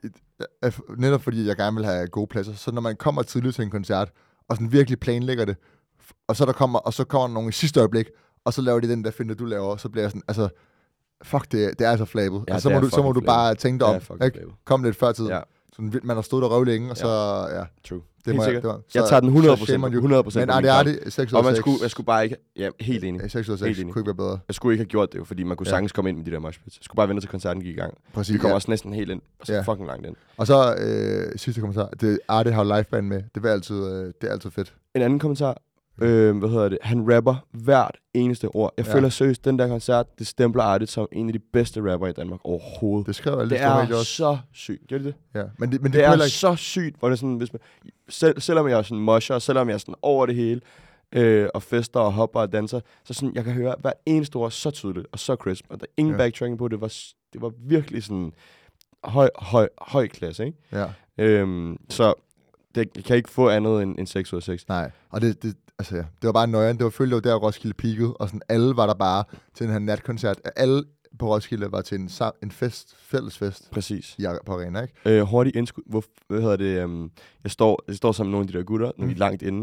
netop fordi jeg gerne vil have gode pladser, så når man kommer tidligt til en koncert, og sådan virkelig planlægger det, og så der kommer, og så kommer der nogen i sidste øjeblik, og så laver de den der finder du laver, så bliver jeg sådan, altså, fuck, det, det er så flabet. Ja, og så må, du, så må du bare tænke dig om, ikke? Kom lidt før tid. Ja. Sådan, man har stået der røv længe, og så, ja. ja. True. Det må jeg, det var, så, jeg tager den hundrede procent. hundrede procent. Men er det seks ud af seks? Og man skulle, jeg skulle bare ikke... Ja, helt enig. seks ud af seks kunne ikke være bedre. Jeg skulle ikke have gjort det jo, fordi man kunne ja. sagtens komme ind med de der moshpits. Jeg skulle bare vente til koncerten gik i gang. Præcis, vi kommer ja. også næsten helt ind. Og så ja. fucking langt ind. Og så øh, sidste kommentar. Det Arte har liveband med. Det er altid, øh, det er altid fedt. En anden kommentar. Øh, hvad hedder det? Han rapper hvert eneste ord. Jeg ja. føler seriøst, den der koncert, det stempler Arte som en af de bedste rapper i Danmark overhovedet. Det skrev alle det er også. Så sygt. Gør det det? Ja. Men det, men det, det er ikke... så sygt, hvor det er sådan, hvis man, selv, selvom jeg er sådan mosher, selvom jeg er sådan over det hele, øh, og fester og hopper og danser, så sådan, jeg kan høre hvert eneste ord så tydeligt og så crisp. Og der er ingen ja. backtracking på det. Var, det var virkelig sådan høj, høj, høj klasse, ikke? Ja. Øhm, så det kan ikke få andet end, end seks ud af seks. Nej, og det, det, altså, ja, det var bare nøjeren. Det var følge, det var der Roskilde peakede, og sådan alle var der bare til den her natkoncert. Alle på Roskilde var til en, en fest, fælles fest. Præcis. I, på arena, ikke? Øh, hurtigt indskud. Hvor, hvad hedder det? Um, jeg, står, jeg står sammen med nogle af de der gutter, når mm. vi er langt inde.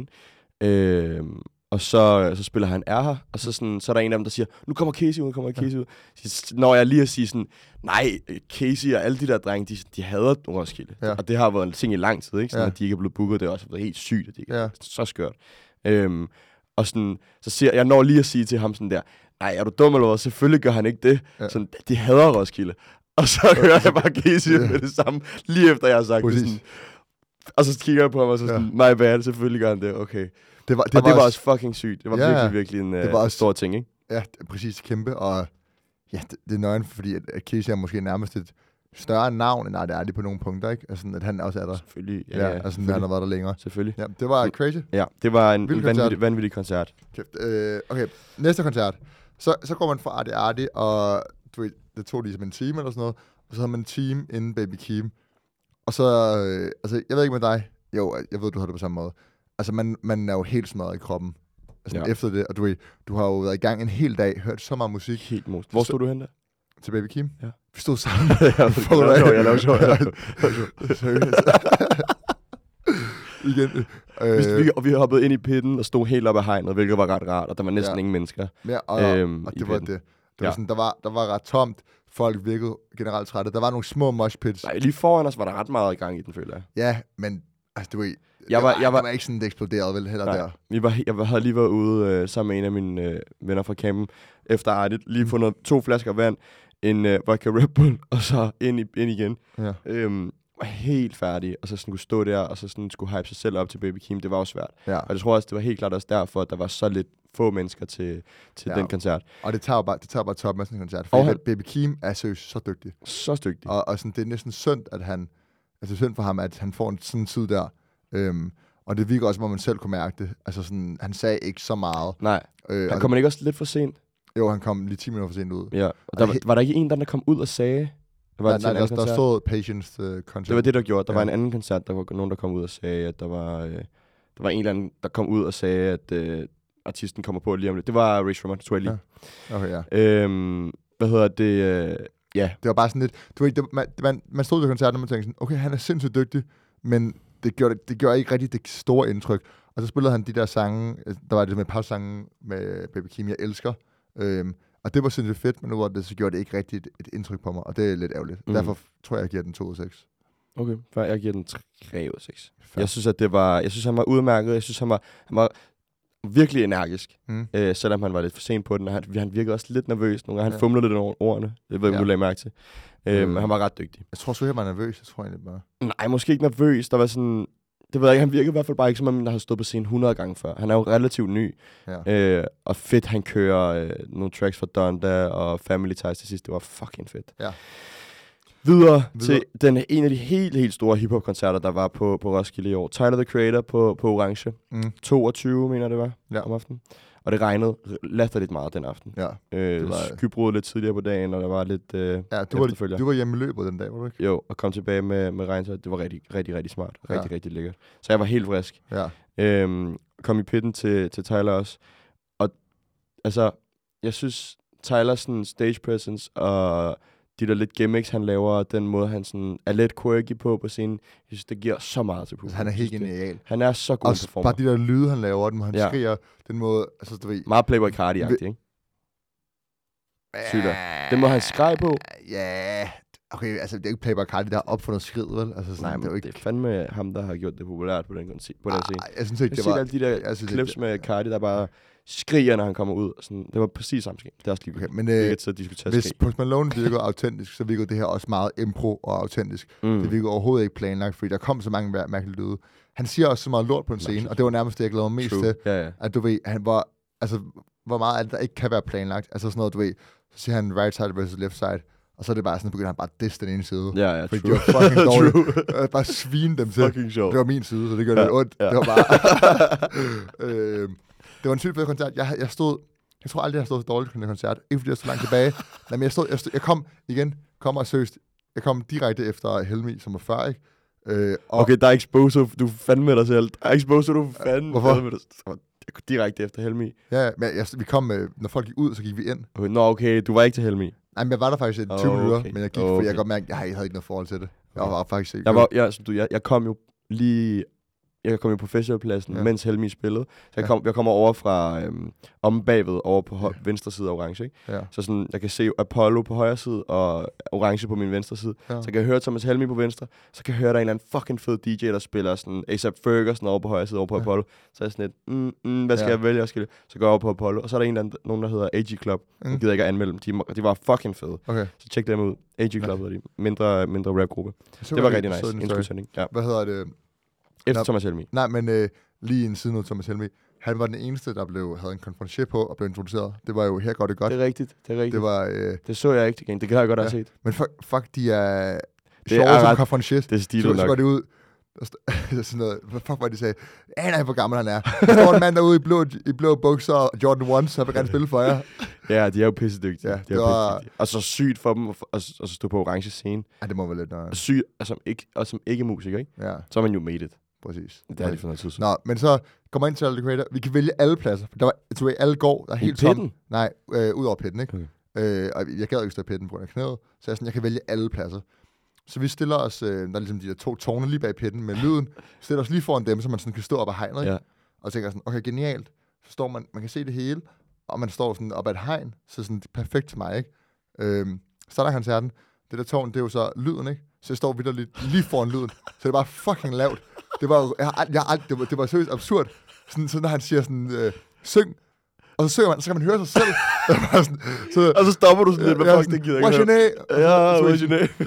Øh, og så, så spiller han er her, og så, sådan, så er der en af dem, der siger, nu kommer Casey ud, nu kommer Casey ud. Så når jeg lige at sige sådan, nej, Casey og alle de der drenge, de, de hader Roskilde. Ja. Og det har været en ting i lang tid, ikke? Sådan, ja. At de ikke er blevet booket, det er også været helt sygt, at de ikke er ja. så skørt. Øhm, og sådan, så siger jeg når lige at sige til ham sådan der, nej, er du dum eller hvad? Selvfølgelig gør han ikke det. Ja. Sådan, de hader Roskilde. Og så hører jeg bare Casey ja. med det samme, lige efter jeg har sagt det sådan. Og så kigger jeg på ham og så sådan, ja. my bad, selvfølgelig gør han det, okay. Det var, det og var det var også fucking sygt. Det var ja, virkelig, virkelig en det var uh, stor ting, ikke? Ja, præcis, kæmpe. Og ja, det, det er nøgen, fordi at, at Casey er måske nærmest et større navn, end det er det på nogle punkter, ikke? Altså, at han også er der. Selvfølgelig, ja. ja, ja altså, han har været der længere. Selvfølgelig. Ja, det var crazy. Ja, det var en, en vanvittig, vanvittig koncert. Kæft. Øh, okay, næste koncert. Så, så går man fra Arte Arte, og du ved, det tog ligesom en time eller sådan noget, og så havde man en team inden Baby Keem. Og så, øh, altså, jeg ved ikke med dig, jo, jeg ved, du har det på samme måde. Altså, man, man er jo helt smadret i kroppen. Altså, ja. Efter det, og du ved, du har jo været i gang en hel dag, hørt så meget musik. Helt most. Hvor stod du hen der? Til Baby Keem? Ja. Vi stod sammen. Jeg lavede sjov, jeg lavede sjov. Igen. Øh, vi, og vi hoppede ind i pitten og stod helt op ad hegnet, hvilket var ret rart, og der var næsten ja. ingen mennesker. Ja, og, øhm, og det var det. Det var ja. sådan, der var, der var ret tomt. Folk virkede generelt trætte. Der var nogle små moshpits. Nej, lige foran os var der ret meget i gang i den, føler jeg. Ja, men altså, du ved, jeg var, jeg var, var ikke sådan, det eksploderede vel heller nej, der. Vi var, jeg havde lige været ude øh, sammen med en af mine øh, venner fra campen efter Arte, lige fundet to flasker vand, en øh, vodka Red Bull, og så ind, i, ind igen. Ja. Øhm, var helt færdig, og så sådan kunne stå der, og så sådan skulle hype sig selv op til Baby Keem, det var jo svært. Ja. Og jeg tror også, det var helt klart også derfor, at der var så lidt få mennesker til, til Ja. den koncert. Og det tager jo bare, det tager bare toppen af sådan en koncert. For Og han- Baby Keem er seriøst så dygtig. Så dygtig. Og, og sådan, det er næsten synd, at han... Altså synd for ham, at han får en sådan tid der. Øhm, og det virker også, hvor man selv kunne mærke det. Altså sådan, han sagde ikke så meget. Nej, Øh, han og- kom man ikke også lidt for sent? Jo, han kom lige ti minutter for sent ud. Ja, og Og der, det- var, var der ikke en, der, der kom ud og sagde... Var Nej, det til nej, en der, anden der koncert? stod Patience uh, Concert. Det var det, der gjorde. Der Ja. var en anden koncert, der var nogen, der kom ud og sagde, at der var... Øh, der var en eller anden, der kom ud og sagde, at øh, artisten kommer på lige om lidt. Det var Race Roman, tror jeg lige. Okay, ja. Øhm, hvad hedder det? Øh, ja, Det var bare sådan lidt... Du ved, det, man, man, man stod til koncerten, og man tænkte sådan, okay, han er sindssygt dygtig, men det gjorde, det gjorde ikke rigtig det store indtryk. Og så spillede han de der sange, der var det med pause-sange med Baby Keem, jeg elsker. Øhm, og det var sindssygt fedt, men nu var det, så gjorde det ikke rigtig et, et indtryk på mig, og det er lidt ærgerligt. Mhm. Mm. Derfor tror jeg, jeg giver den to ud af seks. okay. Før jeg giver den tre ud af seks. Jeg synes, at det var... Jeg synes, han var udmærket. Jeg synes, han var, han var virkelig energisk. Mm. Øh, selvom han var lidt for sent på den. Og han, han virkede også lidt nervøs. Nogle gange han Ja. fumlede lidt over ordene. Det ved jeg, Ja. ja. du lagde mærke til. Øh, Mm. men han var ret dygtig. Jeg tror sgu ikke, jeg var nervøs. Jeg tror egentlig bare... Nej, måske ikke nervøs. Der var sådan... Det ved jeg ikke, han virkede i hvert fald bare ikke, som om han har stået på scenen hundrede gange før. Han er jo relativt ny. Ja. Øh, og fedt, han kører øh, nogle tracks fra Donda og Family Ties til sidst. Det var fucking fedt. Ja. Videre, Videre. til den, en af de helt, helt store hiphop-koncerter, der var på, på Roskilde i år. Tyler, The Creator på, på Orange. Mm. toogtyve, mener jeg, det var, Ja. om aftenen. Og det regnede latterligt meget den aften. Ja. Øh, Det var- Skybruddet lidt tidligere på dagen, og der var lidt øh, Ja, du var, efterfølger. du var hjemme i løbet den dag, var du ikke? Jo, og kom tilbage med, med regntøj. Det var rigtig, rigtig, rigtig smart. Rigtig, Ja. rigtig lækkert. Så jeg var helt frisk. Ja. Øhm, kom i pitten til, til Tyler også. Og altså, jeg synes, Tylers sådan, stage presence og de der lidt gimmicks, han laver, den måde, han sådan, er lidt quirky på på scenen, jeg synes, det giver så meget til publikum. Altså, han er helt Jeg synes, det- genial. Han er så god en Også performer. bare de der lyde, han laver, den, hvor han Ja. ja. skriger, den måde, altså du ved... Meget Playboy Cardi-agtig, ikke? Sygt. Den må han skreg på. Ja, okay, altså det er ikke Playboy Cardi, der har opfundet skridt, vel? Altså sådan, Nej, det er jo men ikke... det er fandme ham, der har gjort det populært på den, konce- på den scene. Ej, jeg synes ikke, Jeg det har var... set alle de der jeg synes clips ikke, med Cardi, der bare skriger, når han kommer ud. Og sådan. Det var præcis samme ske. Det er også lige Okay, okay, men øh, øh, til at diskutere hvis skrig. Post Malone virkede autentisk, så virkede det her også meget impro og autentisk. Mm. Det virkede overhovedet ikke planlagt, fordi der kom så mange mær- mærkelige lyde. Han siger også så meget lort på en scene, og det var nærmest det, jeg glæder mig mest True. til. Ja, ja. At du ved, han var... Altså, hvor meget af det, der ikke kan være planlagt. Altså sådan noget, du ved, så siger han right side versus left side, og så er det bare sådan, begynder han bare at disse den ene side. Ja, ja, Fordi true. de var fucking dårlige. True. Øh, bare svine dem til. Fucking sjovt. Det var min side, så det gjorde Ja, lidt ondt. ja. Det var bare... øh, det var en sygt fed koncert. Jeg, jeg stod... Jeg tror aldrig, jeg har stået så dårligt på den koncert. Ikke fordi jeg stod langt tilbage. Nej, men jeg, stod, jeg, stod, jeg kom igen. Kommer seriøst. Jeg kom direkte efter Helmi, som var før, ikke? Øh, og Okay, der er exposure, du er fandme med dig selv. Der er exposure, du er fandme Hvorfor? med dig selv. Direkte efter Helmi. Ja, ja, men jeg, vi kom med... Når folk gik ud, så gik vi ind. Okay, nå, okay, du var ikke til Helmi. Nej, men jeg var der faktisk i tyve Oh, minutter, okay. men jeg gik, Oh, fordi jeg okay. godt mærke, at jeg havde ikke noget forhold til det. Jeg var faktisk ikke... Jeg, var, jeg, som du, jeg, jeg kom jo lige... Jeg kom jo på festivalpladsen, Ja. ja. mens Helmi spillede. Så jeg, Ja. kom, jeg kommer over fra øhm, om bagved, over på hø- venstre side af Orange, ikke? Ja. Så sådan, jeg kan se Apollo på højre side, og Orange på min venstre side. Ja. Så kan jeg høre Thomas Helmi på venstre. Så kan jeg høre, der er en eller anden fucking fed D J, der spiller sådan A$AP Ferguson over på højre side, over på Ja. Apollo. Så er jeg sådan lidt, mm, mm, hvad skal Ja. jeg vælge? Jeg skal, så går jeg over på Apollo. Og så er der en eller anden, nogen, der hedder A G Club. Mm. Jeg gider ikke at anmelde dem. De, de var fucking fede. Okay. Så tjek dem ud. A G Club hedder de. Mindre, mindre rapgruppe. Så Det var jeg rigtig så nice. den En story. sending. Ja. Hvad hedder det? Efter Nå. Thomas Helmi. Nej, men øh, lige en side Thomas Helmi. Han var den eneste, der blev, havde en konferencier på og blev introduceret. Det var jo her godt det godt. Det er rigtigt. Det er rigtigt. Det var... Øh, Det så jeg ikke igen. Det kan jeg godt have Ja. set. men fuck, fuck, de er Det sjove er som ret- konferencier. Det er Så, stilet så går nok. det ud. Der st- sådan noget, hvad fuck var det, de sagde? Aner I, hvor gammel han er? Der står en mand derude i blå, i blå bukser og Jordan ones, så han vil gerne spille for jer. Ja, de er jo pissedygtige. Ja, de er det jo var- pissedygtige. Og så sygt for dem at, at, at stå på orange scene. Ej, det må være lidt nøje. Og sygt, og som ikke, og som ikke musiker, ikke? Ja, Så er man jo made it. præcis. Det har de for noget tid siden. Nå, men så kommer ind til The Creator. Vi kan vælge alle pladser. Der var, jeg tror, alle går, der er I helt tom. pitten? Nej, øh, ud over pitten, ikke? Okay. Øh, og jeg gad ikke stå i pitten på grund af knæet, så jeg, sådan, jeg kan vælge alle pladser. Så vi stiller os, øh, der er ligesom de der to tårne lige bag pitten med lyden, stiller os lige foran dem, så man sådan kan stå op ad hegnet, ikke? Ja. Og tænker sådan, okay, genialt. Så står man, man kan se det hele, og man står sådan op ad et hegn, så sådan, det er perfekt til mig, ikke? Øhm, starter koncerten, det der tårn, det er jo så lyden, ikke? Så jeg står vidderligt lige foran lyden, så det er bare fucking lavt. Det var jo, jeg har, ald- jeg har, ald- det var, det var seriøst absurd. Sådan, så når han siger sådan, øh, syng, og så synger man, så kan man høre sig selv. Bare sådan, så, Og så stopper du sådan lidt, jeg hvad er fuck, det gider jeg What's ikke your høre. name? Ja, så, what's your name? Så,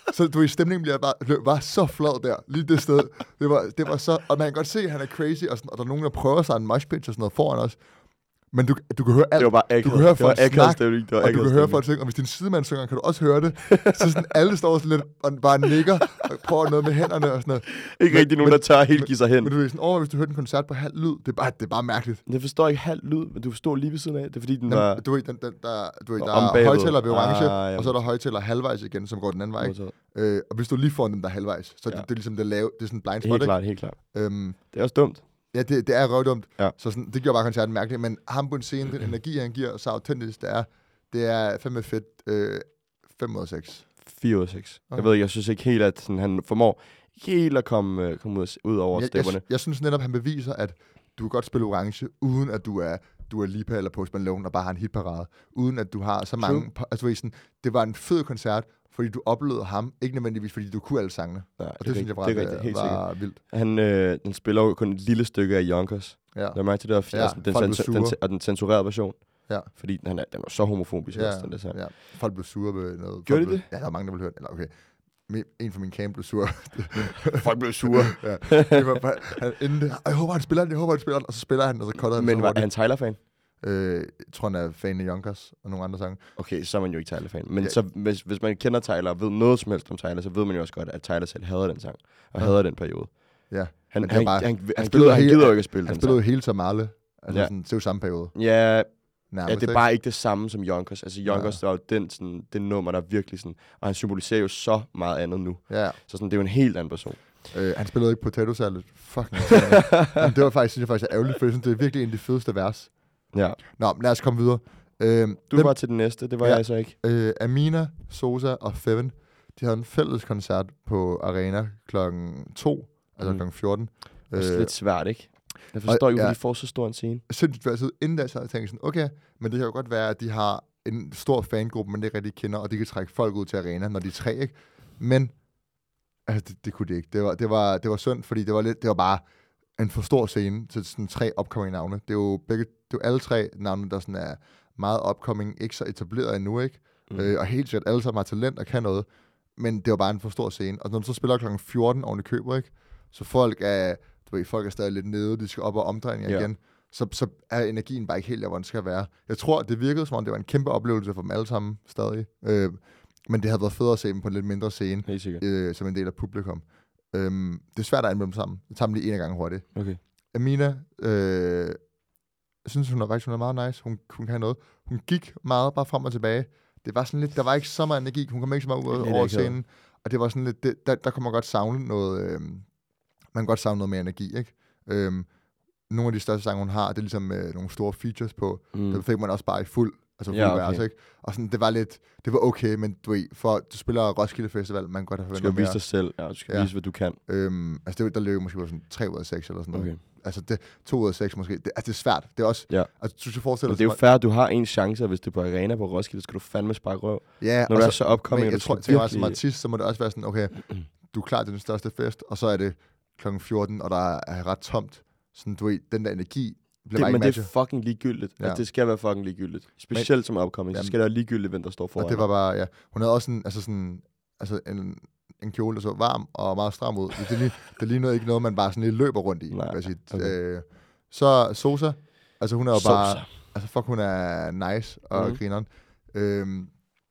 Så du i stemningen bliver bare, blev bare så flad der, lige det sted. Det var, det var så, og man kan godt se, at han er crazy, og, sådan, og der er nogen, der prøver sig en mosh pitch og sådan noget foran os. Men du, du kan høre alt. Det var bare akavet. Du kan høre det var folk snakke, det var og du kan høre folk synge, og hvis din sidemand synger, kan du også høre det. Så sådan, alle står sådan lidt og bare nikker og prøver noget med hænderne og sådan noget. Ikke men, rigtig nogen, men, der tør helt give sig hen. Men du er sådan over, hvis du hørte en koncert på halv lyd, det er bare, det er bare mærkeligt. Jeg forstår ikke halv lyd, men du forstår lige ved siden af. Det er fordi, den var... Du ved, den, den, der, du ved, der Om er højtaler ved orange, Ah, og så er der højtaler halvvejs igen, som går den anden vej. Modtaget. Øh, og hvis du lige får dem der halvvejs, så Ja. det, det er ligesom det lave, det er sådan blind spot, Helt ikke? klart, helt klart. Øhm, Det er også dumt. ja, det, det er røvdumt. Ja. Så sådan, det gjorde bare koncerten mærkeligt, men ham på en scene, den energi, han giver, så autentisk det er, det er fandme fedt. Øh, fem ud af seks. fire ud af seks. Okay. Jeg ved ikke, jeg synes ikke helt, at sådan, han formår helt at komme, øh, komme ud, ud over Jeg, jeg, stepperne. jeg synes netop, han beviser, at du kan godt spille orange, uden at du er, du er Lipa eller Post Malone, og bare har en hitparade. Uden at du har så mange... Pa- altså, ved sådan, det var en fed koncert, fordi du oplevede ham, ikke nødvendigvis, fordi du kunne alle sangene. Ja, Og det, det synes jeg det er var, rigtigt, helt var vildt. Han øh, den spiller jo kun et lille stykke af Yonkers. Ja. Der er mig til det, der, Ja, altså, den, folk blev censur, den, sure. og den censurerede version. Ja. Fordi den er, den var så homofobisk. Ja, også, den der sang. ja. Folk blev sure ved noget. Gjorde Folk de blev, det? Ja, der var mange, der ville høre det. Eller okay. Me- En fra min camp blev sur. Folk blev sure. ja. Det var bare, han, inden det, jeg håber, han spiller den, jeg håber, han spiller den. Og så spiller han, og så cutter han Men så var hurtigt. han Tyler-fan? Øh, jeg tror, han er fan af Yonkers og nogle andre sange. Okay, så er man jo ikke Tyler-fan. Men Ja. så, hvis, hvis man kender Tyler og ved noget som helst om Tyler, så ved man jo også godt, at Tyler selv hader den sang. Og Ja. hader den periode. Ja. Han, Men det han, er bare- han, han, han, spillede gider, han hele- gider jo ikke at spille Han den spillede jo sang. hele Tamale. Altså Ja. sådan, det er jo samme periode. Ja, Nærmest, ja, det er bare ikke det samme som Yonkers. Altså Yonkers, ja. Der er jo den, sådan, den nummer, der er virkelig sådan... Og han symboliserer jo så meget andet nu. Ja. Så sådan, det er jo en helt anden person. Øh, han spillede ikke Potato Salad. Fucking Men det var faktisk, synes jeg faktisk er ærgerligt, for jeg synes, det er virkelig en af de fedeste vers. Ja. Nå, men lad os komme videre. Øh, Du var til den næste, det var Ja. jeg så ikke. Øh, Amina, Sosa og Feven, de havde en fælles koncert på Arena klokken to, altså Mm. klokken fjorten. Det er Øh, lidt svært, ikke? Jeg forstår og- ikke, hvorfor ja. de får så stor en scene. sindssygt svært tid. Inden da, så havde jeg tænkt sådan, okay, men det kan jo godt være, at de har en stor fangruppe, man ikke rigtig kender, og de kan trække folk ud til Arena, når de er tre, ikke? Men, altså, det, det kunne de ikke. Det var, det var, det var synd, fordi det var, lidt, det var bare en for stor scene til sådan tre upcoming navne. Det er jo, begge, det er jo alle tre navne, der sådan er meget upcoming, ikke så etableret endnu, ikke? Mm. Mm. Øh, og helt sikkert alle sammen har talent og kan noget, men det var bare en for stor scene. Og når du så spiller klokken fjorten oven i købet, ikke? Så folk er, du ved, folk er stadig lidt nede, de skal op og omdrejninger Ja. igen. Så, så er energien bare ikke helt der, hvor den skal være. Jeg tror, det virkede som om, det var en kæmpe oplevelse for dem alle sammen stadig. Øh, men det havde været federe at se dem på en lidt mindre scene, Helt sikkert. øh, som en del af publikum. Øhm, det er svært at anmelde dem sammen. Jeg tager dem lige en gang hurtigt. Okay. Amina, øh, jeg synes, hun er faktisk hun er meget nice. Hun, hun kan noget. Hun gik meget bare frem og tilbage. Det var sådan lidt, der var ikke så meget energi. Hun kom ikke så meget ud Lidt over akavet. scenen. Og det var sådan lidt, det, der, der kunne man godt savne noget, øh, man kan godt savne noget mere energi, ikke? Øhm, nogle af de største sange, hun har, det er ligesom øh, nogle store features på. Mm. Mm. Det fik man også bare i fuld, altså fuld Ja, ja, okay. okay. vers, ikke? Og sådan, det var lidt, det var okay, men du ved, for du spiller Roskilde Festival, man kan godt have Du forventet skal vise mere. dig selv. Ja, du skal Ja. vise, hvad du kan. Øhm, altså, det, der løb måske på sådan tre ud af seks eller sådan noget. Okay. Altså, det, to ud af seks måske. Det, altså, det er svært. Det er også, Ja. altså, du skal forestille Men dig... det er jo fair, at du har en chance, og hvis du er på Arena på Roskilde, skal du fandme sparke røv. ja, Når og du er så opkommet, men og jeg du tror, skal tænker mig, som virkelig- artist, så må det også være sådan, okay, du er klar til den største fest, og så er det klokken fjorten, og der er ret tomt. Sådan, du ved, den der energi bliver Det, bare men ikke det er matchet. fucking ligegyldigt. Ja. Ja. Altså, det skal være fucking ligegyldigt. Specielt som opkoming, så Jamen. skal det være ligegyldigt, hvem der står foran. Og det var bare, ja. Hun havde også en, altså sådan, altså en, en kjole, der så varm og meget stram ud. Det, lige, det lignede ikke noget, man bare sådan lige løber rundt i. Nej, vil jeg sige. okay. Øh, så Sosa, altså hun er jo Sosa. bare, altså fuck, hun er nice og Mhm. mm. grineren. Øhm,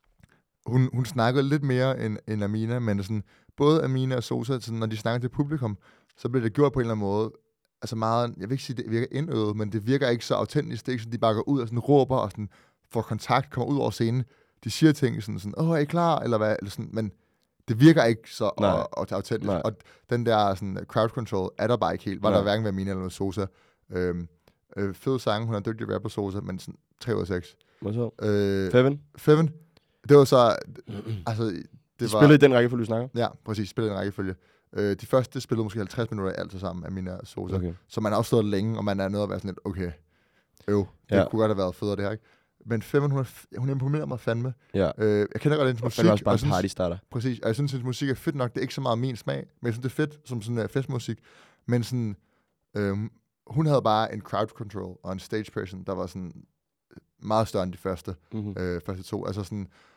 hun, hun snakkede lidt mere end, end Amina, men sådan, både Amina og Sosa, sådan, når de snakker til publikum, så bliver det gjort på en eller anden måde, altså meget, jeg vil ikke sige, det virker indøvet, men det virker ikke så autentisk. Det er ikke sådan, de bare går ud og sådan råber og sådan får kontakt, kommer ud over scenen. De siger ting sådan, sådan åh, er I klar? Eller hvad? Eller sådan, men det virker ikke så Nej. og, og autentisk. Nej. Og den der sådan, crowd control er der bare ikke helt. Var Nej. der hverken ved Amina eller Sosa. Øhm, øh, fed sang, hun er dygtig rapper Sosa, men sådan tre ud af seks. Hvad så? Øh, Feven? Feven, det var så, altså, det De var... spillede i den rækkefølge, du snakker? Ja, præcis, spillede en rækkefølge. Øh, de første spillede måske halvtreds minutter alt til sammen, Amina og Sosa. Okay. Så man har også stået længe, og man er nødt at være sådan lidt, okay, øv, det Ja. kunne godt have været federe det her, ikke? Men Feven, hun, er f- hun imponerer mig fandme. Ja. Øh, jeg kender godt hendes Og musik, fandme også og bare jeg en synes, partystarter. præcis, og jeg synes, hendes musik er fedt nok. Det er ikke så meget min smag, men jeg synes, det er fedt som sådan uh, festmusik. Men sådan, øh, hun havde bare en crowd control og en stage person, der var sådan meget større end de første, Mm-hmm. øh, første to. Altså sådan,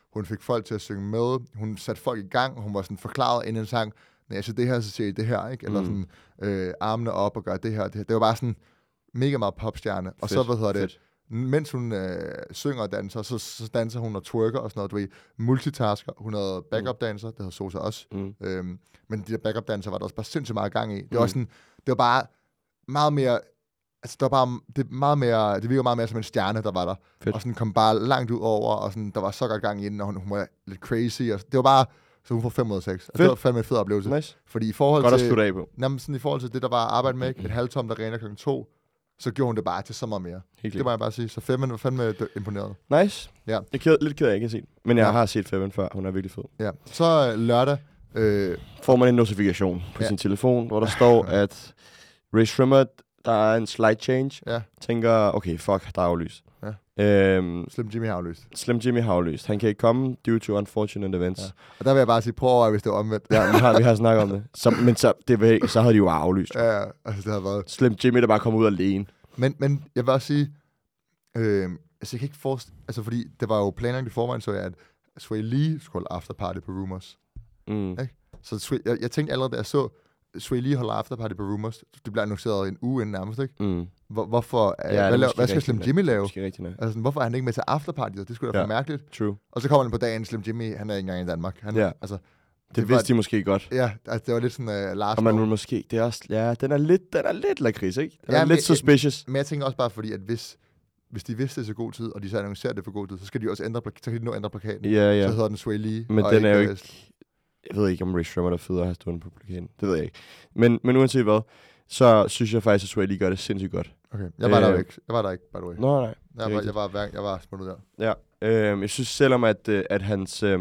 hun fik folk til at synge med, hun satte folk i gang, hun var sådan forklaret inden en sang, når jeg siger det her, så siger I det her, ikke? Eller mm. sådan, øh, armene op og gør det her, det her. Det var bare sådan mega meget popstjerne. Fedt, og så, hvad hedder det, fedt. Mens hun øh, synger og danser, så, så danser hun og twerker og sådan noget, du ved, multitasker. Hun havde backup-danser, det havde Sosa også. Mm. Øhm, men de der backup-danser var der også bare sindssygt meget gang i. Det var, mm. sådan, det var bare meget mere, altså det var bare, det, meget mere, det virker meget mere som en stjerne, der var der. Fedt. Og sådan kom bare langt ud over, og sådan, der var så godt gang i den, og hun, hun var lidt crazy. Og det var bare, så hun får fem ud af seks. Altså, det var fandme en fed oplevelse. Nice. Fordi i forhold godt til, at slutte af på. Jamen, sådan, i forhold til det, der var arbejde med, et halvtomt arena klokken to, så gjorde hun det bare til så meget mere. Helt det må jeg bare sige. Så Femin var fandme imponeret. Nice. Ja. Jeg er ked, lidt ked af, at jeg ikke har set. Men jeg ja. har set Femin før. Hun er virkelig fed. Ja. Så lørdag øh, får man en notifikation på ja. sin telefon, hvor der står, at Rae Sremmurd, der er en slight change. Ja. Tænker, okay, fuck, der er aflyst. Ja. Øhm, Slim Jimmy har aflyst. Slim Jimmy har aflyst. Han kan ikke komme due to unfortunate events. Ja. Og der vil jeg bare sige, prøv over, hvis det var omvendt. Ja, vi har, vi har snakket om det. Så, men så, det vil, så havde de jo aflyst. Ja, ja, altså det har været. Slim Jimmy, der bare kom ud alene. Men, men jeg vil også sige, øh, altså jeg kan ikke forestille, altså fordi det var jo planlagt i forvejen, så jeg, at Swae Lee skulle holde afterparty på Rumors. Mm. Ikke? Så Sway, jeg, jeg tænkte allerede, da jeg så Swae Lee holde afterparty på Rumors, det blev annonceret en uge inden nærmest, ikke? Mm. Hvor, hvorfor, ja, hvad, hvad skal Slim Jimmy lave? Altså, sådan, hvorfor er han ikke med til afterparty? Det skulle da ja. være mærkeligt. True. Og så kommer han på dagen, Slim Jimmy, han er ikke engang i Danmark. Han, ja. altså, det, det vidste var, de måske godt. Ja, altså, det var lidt sådan uh, Lars. Og man måske, det er også, ja, den er lidt, den er lidt lakrids, ikke? Den ja, er men, lidt suspicious. Men jeg tænker også bare, fordi at hvis, hvis de vidste det så god tid, og de så annoncerer det for god tid, så skal de også ændre, så kan de nå ændre plakaten. Ja, ja. Så hedder den Swae Lee. Men den er jo ikke, jeg ved ikke, om Rae Sremmurd er federe at have stående på plakaten. Det ved jeg ikke. Men, men uanset hvad, så synes jeg faktisk, at Swae Lee gør det sindssygt godt. Okay, jeg var øh, der jo ikke. Jeg var der ikke, by the way. Nå, nej. Jeg var, jeg var, jeg var smuttet der. Ja, øh, jeg synes selvom, at, at hans... Øh,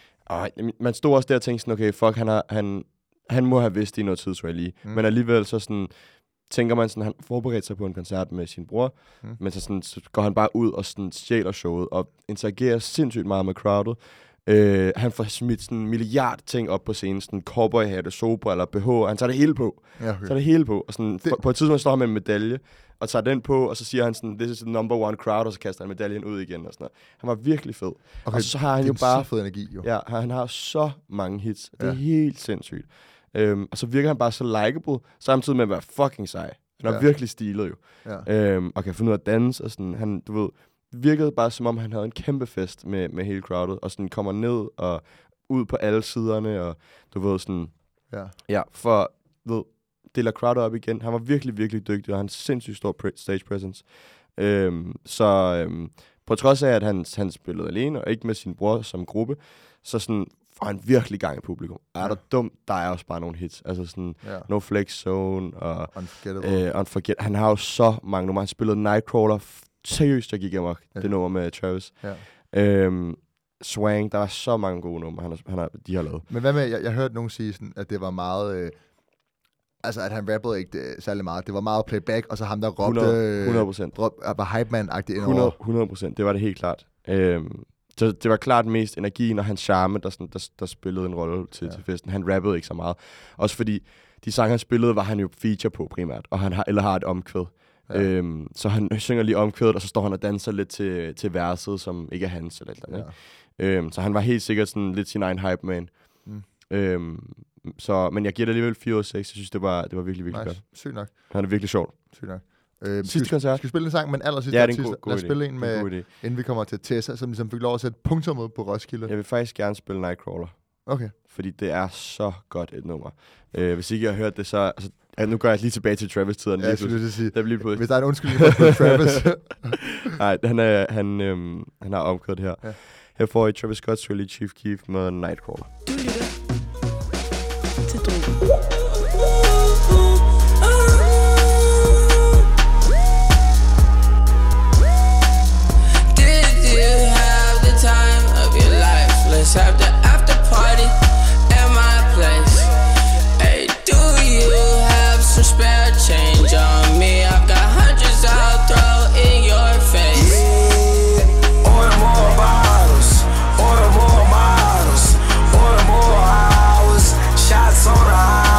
øh, man stod også der og tænkte sådan, okay, fuck, han, har, han, han må have vidst det i noget tid, Swae Lee. Mm. Men alligevel så sådan... tænker man sådan, han forberedte sig på en koncert med sin bror, mm. men så, sådan, så går han bare ud og sådan stjæler showet, og interagerer sindssygt meget med crowdet. Øh, han får smidt sådan en milliard ting op på scenen, sådan cowboyhatte, solbriller, B H, han tager det hele på. Ja, okay. Tager det hele på, og sådan, det... på et tidspunkt står han med en medalje, og tager den på, og så siger han sådan, this is the number one crowd, og så kaster han medaljen ud igen, og sådan noget. Han var virkelig fed. Okay, og så har han jo bare... fed energi, jo. Ja, han har så mange hits, det er ja. helt sindssygt. Øhm, og så virker han bare så likeable, samtidig med at være fucking sej. Han er ja. virkelig stilet jo. Ja. Øhm, og kan finde ud af at danse, og sådan, han, du ved, virkede bare som om, han havde en kæmpe fest med, med hele crowdet, og sådan kommer ned og ud på alle siderne, og du ved sådan, ja, ja for, ved, deler crowdet op igen. Han var virkelig, virkelig dygtig, og han har en sindssygt stor pre- stage presence. Øhm, så øhm, på trods af, at han, han spillede alene, og ikke med sin bror som gruppe, så sådan, får han virkelig gang i publikum. Er ja. der dumt, der er også bare nogle hits. Altså sådan, ja. No Flex Zone, og Unforgettable. Uh, Unforget. Han har jo så mange numre. Han spillede Nightcrawler. Seriøst, jeg gik amok. Ja. Det nummer med Travis. Ja. Øhm, Swang, der var så mange gode numre, han har, han har, de har lavet. Men hvad med, jeg, jeg hørte nogen sige, sådan, at det var meget... Øh, altså, at han rappede ikke det, særlig meget. Det var meget playback, og så ham, der råbte... hundrede procent. Råb, var hype man-agtig indover. hundrede procent, det var det helt klart. Øhm, så det var klart mest energien og hans charme, der, sådan, der, der spillede en rolle til, ja. til festen. Han rappede ikke så meget. Også fordi de sange, han spillede, var han jo feature på primært, og han har, eller har et omkvæd. Ja. Øhm, så han synger lige omkvædet, og så står han og danser lidt til, til verset, som ikke er hans eller et eller andet. Ja. Øhm, så han var helt sikkert sådan lidt sin egen hype man. Mm. Øhm, så, men jeg giver det alligevel fire ud af seks. Jeg synes, det var, det var virkelig, virkelig nice. Godt. Sygt nok. Han er virkelig sjovt. Sygt nok. Øhm, sidste skal, koncert. Skal vi spille en sang, men aller sidste ja, det er en god, god lad os spille en, med, en inden vi kommer til Tessa, som ligesom fik lov at sætte punktummet på Roskilde. Jeg vil faktisk gerne spille Nightcrawler. Okay. Fordi det er så godt et nummer. Øh, hvis ikke jeg har hørt det, så... Altså, ja, nu går jeg lige tilbage til Travis-tiden. Ja, jeg skulle lige sige. Der bliver på. Hvis der er en undskyldning for Travis. Nej, han, er, han, øhm, han har omkørt her. Ja. Her får I Travis Scott, Swae Lee, Chief Keef med Nightcrawler. Du lytter til Drogen. Let's have the after party at my place. Hey, do you have some spare change on me? I've got hundreds I'll throw in your face. Yeah. Order more bottles, order more models, order more hours, shots on the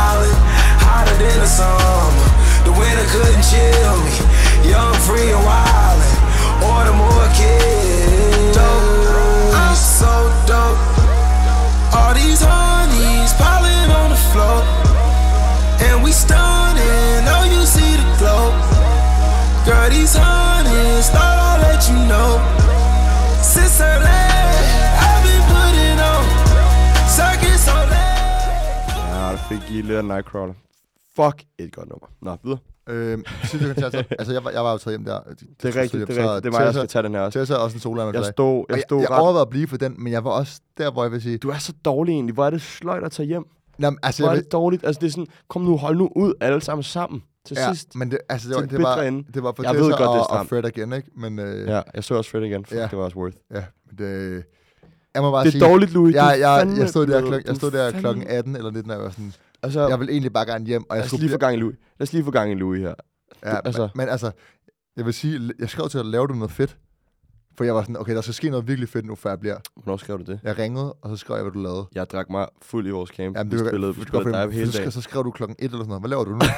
fik I lidt af Nightcrawler. Fuck, et godt nummer. Nå, videre. Øhm, sidste koncert, så, altså jeg var, jeg var jo taget hjem der. Det er rigtigt, det er rigtigt. Det var, jeg skal tage den her også. Tessa er også en solo. Jeg stod, jeg stod jeg, jeg ret... overvejede at blive for den, men jeg var også der, hvor jeg vil sige... Du er så dårlig egentlig. Hvor er det sløjt at tage hjem? Jamen, altså, hvor er jeg vil... det dårligt? Altså, det er sådan, kom nu, hold nu ud alle sammen sammen til ja, sidst. men det, altså, det, var, det, var, det var for jeg Tessa ved godt, og, og Fred igen, ikke? Men, øh... ja, jeg så også Fred igen. Ja. Det var også worth. Ja, men det... Jeg må bare det er sige... dårligt, Louis. Jeg, jeg, jeg, fandme, jeg stod der, klok- jeg stod der klokken atten eller nitten, og jeg var sådan... Altså, jeg vil egentlig bare gerne hjem, og jeg lad os skulle... lige få gang i Louis. Lad os lige få gang i Louis her. Ja, altså. Men, men altså... Jeg vil sige, jeg skrev til at lave du noget fedt. For jeg var sådan, okay, der skal ske noget virkelig fedt nu, før jeg bliver... Hvornår skrev du det? Jeg ringede, og så skrev jeg, hvad du lavede. Jeg drak mig fuld i vores camp. Jamen, vi det var, spillede, vi spillede dig hele dagen. Så skrev du klokken et eller sådan noget. Hvad laver du nu?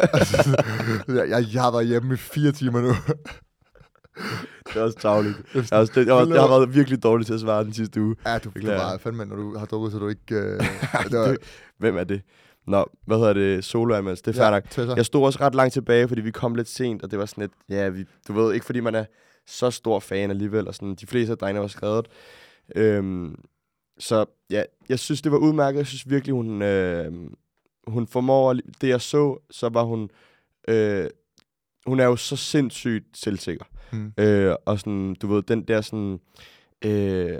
jeg, jeg, jeg har været hjemme i fire timer nu. Det er også tavligt. Jeg, også, det, jeg, var, jeg har været virkelig dårlig til at svare den sidste uge. Ja, du, du var fandme, når du har drukket, så du ikke... Øh, det var... Hvem er det? Nå, hvad hedder det? Solo-anmeldelse. Det er fair ja, nok. Jeg stod også ret langt tilbage, fordi vi kom lidt sent, og det var sådan lidt... Ja, vi, du ved, ikke fordi man er så stor fan alligevel, og sådan, de fleste af drengene var skrevet. Øhm, så ja, jeg synes, det var udmærket. Jeg synes virkelig, hun, øh, hun formår... Det jeg så, så var hun... Øh, hun er jo så sindssygt selvsikker. Mm. Øh, og sådan, du ved, den der sådan... Øh,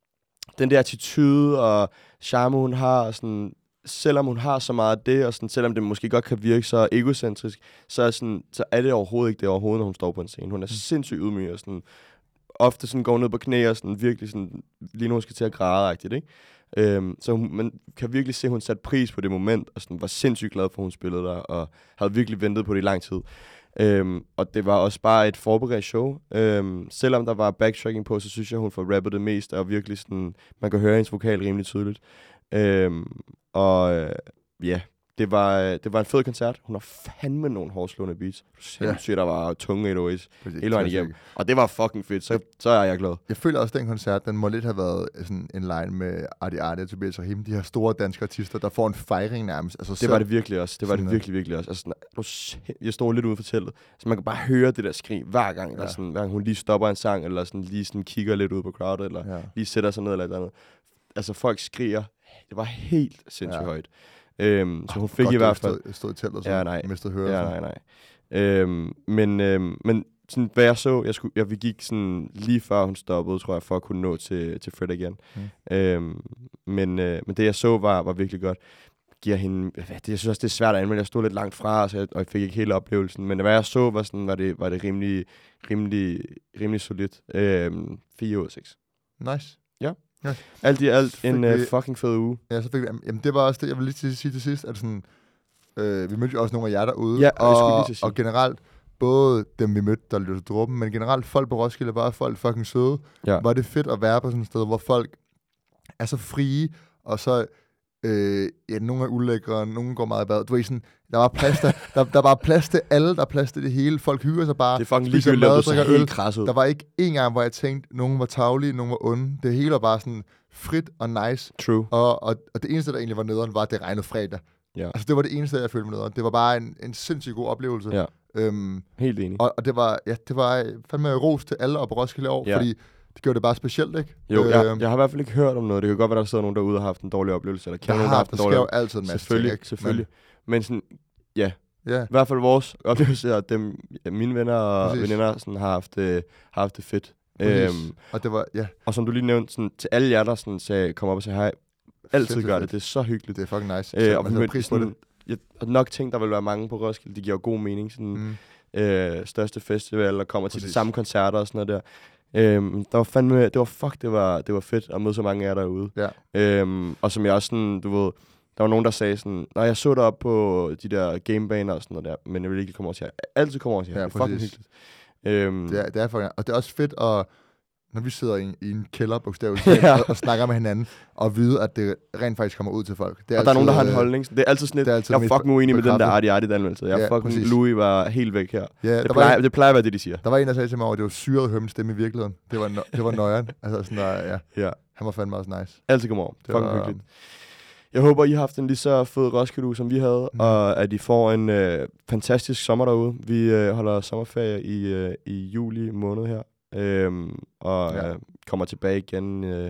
den der attitude og charme, hun har, og sådan... Selvom hun har så meget af det, og sådan, selvom det måske godt kan virke så egocentrisk, så er, sådan, så er det overhovedet ikke det overhovedet, når hun står på en scene. Hun er mm. sindssygt ydmyg, og sådan, ofte sådan går ned på knæ, og sådan, virkelig sådan, lige nu hun skal til at græde-agtigt, ikke? Øhm, så hun, man kan virkelig se, at hun satte pris på det moment, og sådan, var sindssygt glad for, at hun spillede der, og havde virkelig ventet på det i lang tid. Øhm, og det var også bare et forberedt show. Øhm, selvom der var backtracking på, så synes jeg, hun får rappet det mest, og virkelig sådan, man kan høre hendes vokal rimelig tydeligt. Øhm, og øh, ja, det var, det var en fed koncert. Hun har fandme nogle hårdslående beats. Sindssygt, ja. Der var tunge et o's hele vejen igennem. Og det var fucking fedt, så, så er jeg glad. Jeg føler også, at den koncert, den må lidt have været sådan en line med Adi Adi og Tobias Rahim. De her store danske artister, der får en fejring nærmest. Altså, det var det virkelig også. Det var det virkelig, virkelig også. Altså, jeg står lidt ude for teltet, så man kan bare høre det der skrig hver gang, ja. Eller sådan, hver gang hun lige stopper en sang, eller sådan, lige sådan kigger lidt ud på crowdet, eller ja. Lige sætter sig ned eller et eller andet. Altså, folk skriger. Det var helt sindssygt ja. Højt. Øhm, så hun fik godt, i hvert fald... Stod, stod i teltet, så ja, nej. mistede hørelsen. Ja, nej, nej. Øhm, men øhm, men sådan, hvad jeg så, jeg, skulle, jeg vi gik sådan lige før hun stoppede, tror jeg, for at kunne nå til, til Fred igen. Mm. Øhm, men, øh, men det, jeg så, var, var virkelig godt. Giver hende... Det, jeg synes også, det er svært at anmelde. Jeg stod lidt langt fra, så jeg, og jeg fik ikke hele oplevelsen. Men hvad jeg så, var, sådan, var, det, var det rimelig, rimelig, rimelig solidt. Øhm, fire ud af seks. Nice. Ja. Ja. Alt i alt en uh, fucking fed uge. Ja, så fik vi, jamen det var også det, jeg vil lige sige til sidst, at sådan, øh, vi mødte jo også nogle af jer derude, ja, og, og generelt, både dem vi mødte, der lyttede til Dråben, men generelt folk på Roskilde, var folk fucking søde. Ja. Var det fedt at være på sådan et sted, hvor folk er så frie, og så, øh, ja, nogle er ulækre, nogle går meget i bad. Du ved sådan, der var plads der, der, der var plads til alle, der er plads til det hele. Folk hygger sig bare. Det er fucking ligegyldigt, at du ser helt kras ud. Der var ikke en gang, hvor jeg tænkte, nogen var tavlige, nogen var onde. Det hele var bare sådan frit og nice. True. Og, og, og det eneste, der egentlig var nederen, var, at det regnede fredag. Ja. Altså, det var det eneste, jeg følte mig nederen. Det var bare en, en sindssygt god oplevelse. Ja. Øhm, helt enig. Og, og det var, ja, det var fandme ros til alle op på Roskilde år, ja. Fordi det gjorde det bare specielt, ikke? Jo, øh, jeg, jeg har i hvert fald ikke hørt om noget. Det kan godt være, der sidder nogen derude og har haft en dårlig oplevelse. Eller kan nogen, der har haft en dårlig oplevelse. altid en masse selvfølgelig, ting, ikke? Selvfølgelig. Men, Men sådan, ja. Yeah. I hvert fald vores oplevelse, og dem, ja, mine venner og Præcis. Veninder sådan, har, haft, øh, har haft det fedt. Øhm, og det var, ja. Og som du lige nævnte, sådan, til alle jer, der sådan, sagde, kom op og sagde hej, altid gør det. Det er så hyggeligt. Det er fucking nice. Øh, og vi mødte sådan, jeg, og nok ting, der vil være mange på Roskilde. Det giver god mening. Sådan, mm. øh, største festival, der kommer Præcis. Til de samme koncerter og sådan noget der. Øhm, der var fandme, det var fuck, det var, det var fedt at møde så mange af jer derude. Ja. Øhm, og som jeg også sådan, du ved, der var nogen, der sagde sådan, nej, jeg så dig op på de der gamebaner og sådan noget der, men jeg vil ikke komme over til jer. Altid komme over til jer. Ja, det er fucking hyggeligt. Øhm, det, er, det er fucking, og det er også fedt at, når vi sidder i en, i en kælder, bogstaveligt, ja. og, og snakker med hinanden, og vide, at det rent faktisk kommer ud til folk. Det er og altid, der er nogen, der har en holdning. Det er altid sådan lidt, jeg er fucking uenig med den der Adi Adi anmeldelse. Jeg ja, fucking, Louis var helt væk her. Ja, det, plejer, en, det plejer at være det, de siger. Der var en, der sagde til mig, at det var syret hømme stemme i virkeligheden. Det var, no, det var nøjeren. Altså sådan der, ja. ja. Han var fandme også nice. Altid kommer over. Det fucking var hyggeligt. Jeg håber, I har haft en lige så fed Roskilde, som vi havde, mm. og at I får en øh, fantastisk sommer derude. Vi øh, holder sommerferie i, øh, i juli måned her, øhm, og ja. øh, kommer tilbage igen øh,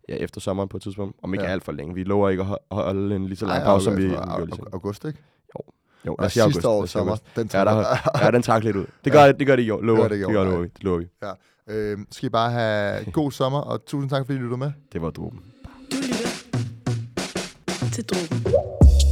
ja, efter sommeren på et tidspunkt. Om ikke Ja. alt for længe. Vi lover ikke at ho- holde en lige så lang Ej, pause, som okay, vi for gjorde au- lige så. august, ikke? Jo, Og lad os sige sidste august. år Lad os sige sommer, august. den Ja, der, ja, den trak lidt ud. Det gør, Ja. det gør det i år. Lover. Det gør det i år, Det gør det, ja. lover vi. Det lover vi. Øh, skal I bare have god sommer, og tusind tak, fordi I lyttede med. Det var dråben. Du lytter til Dråben.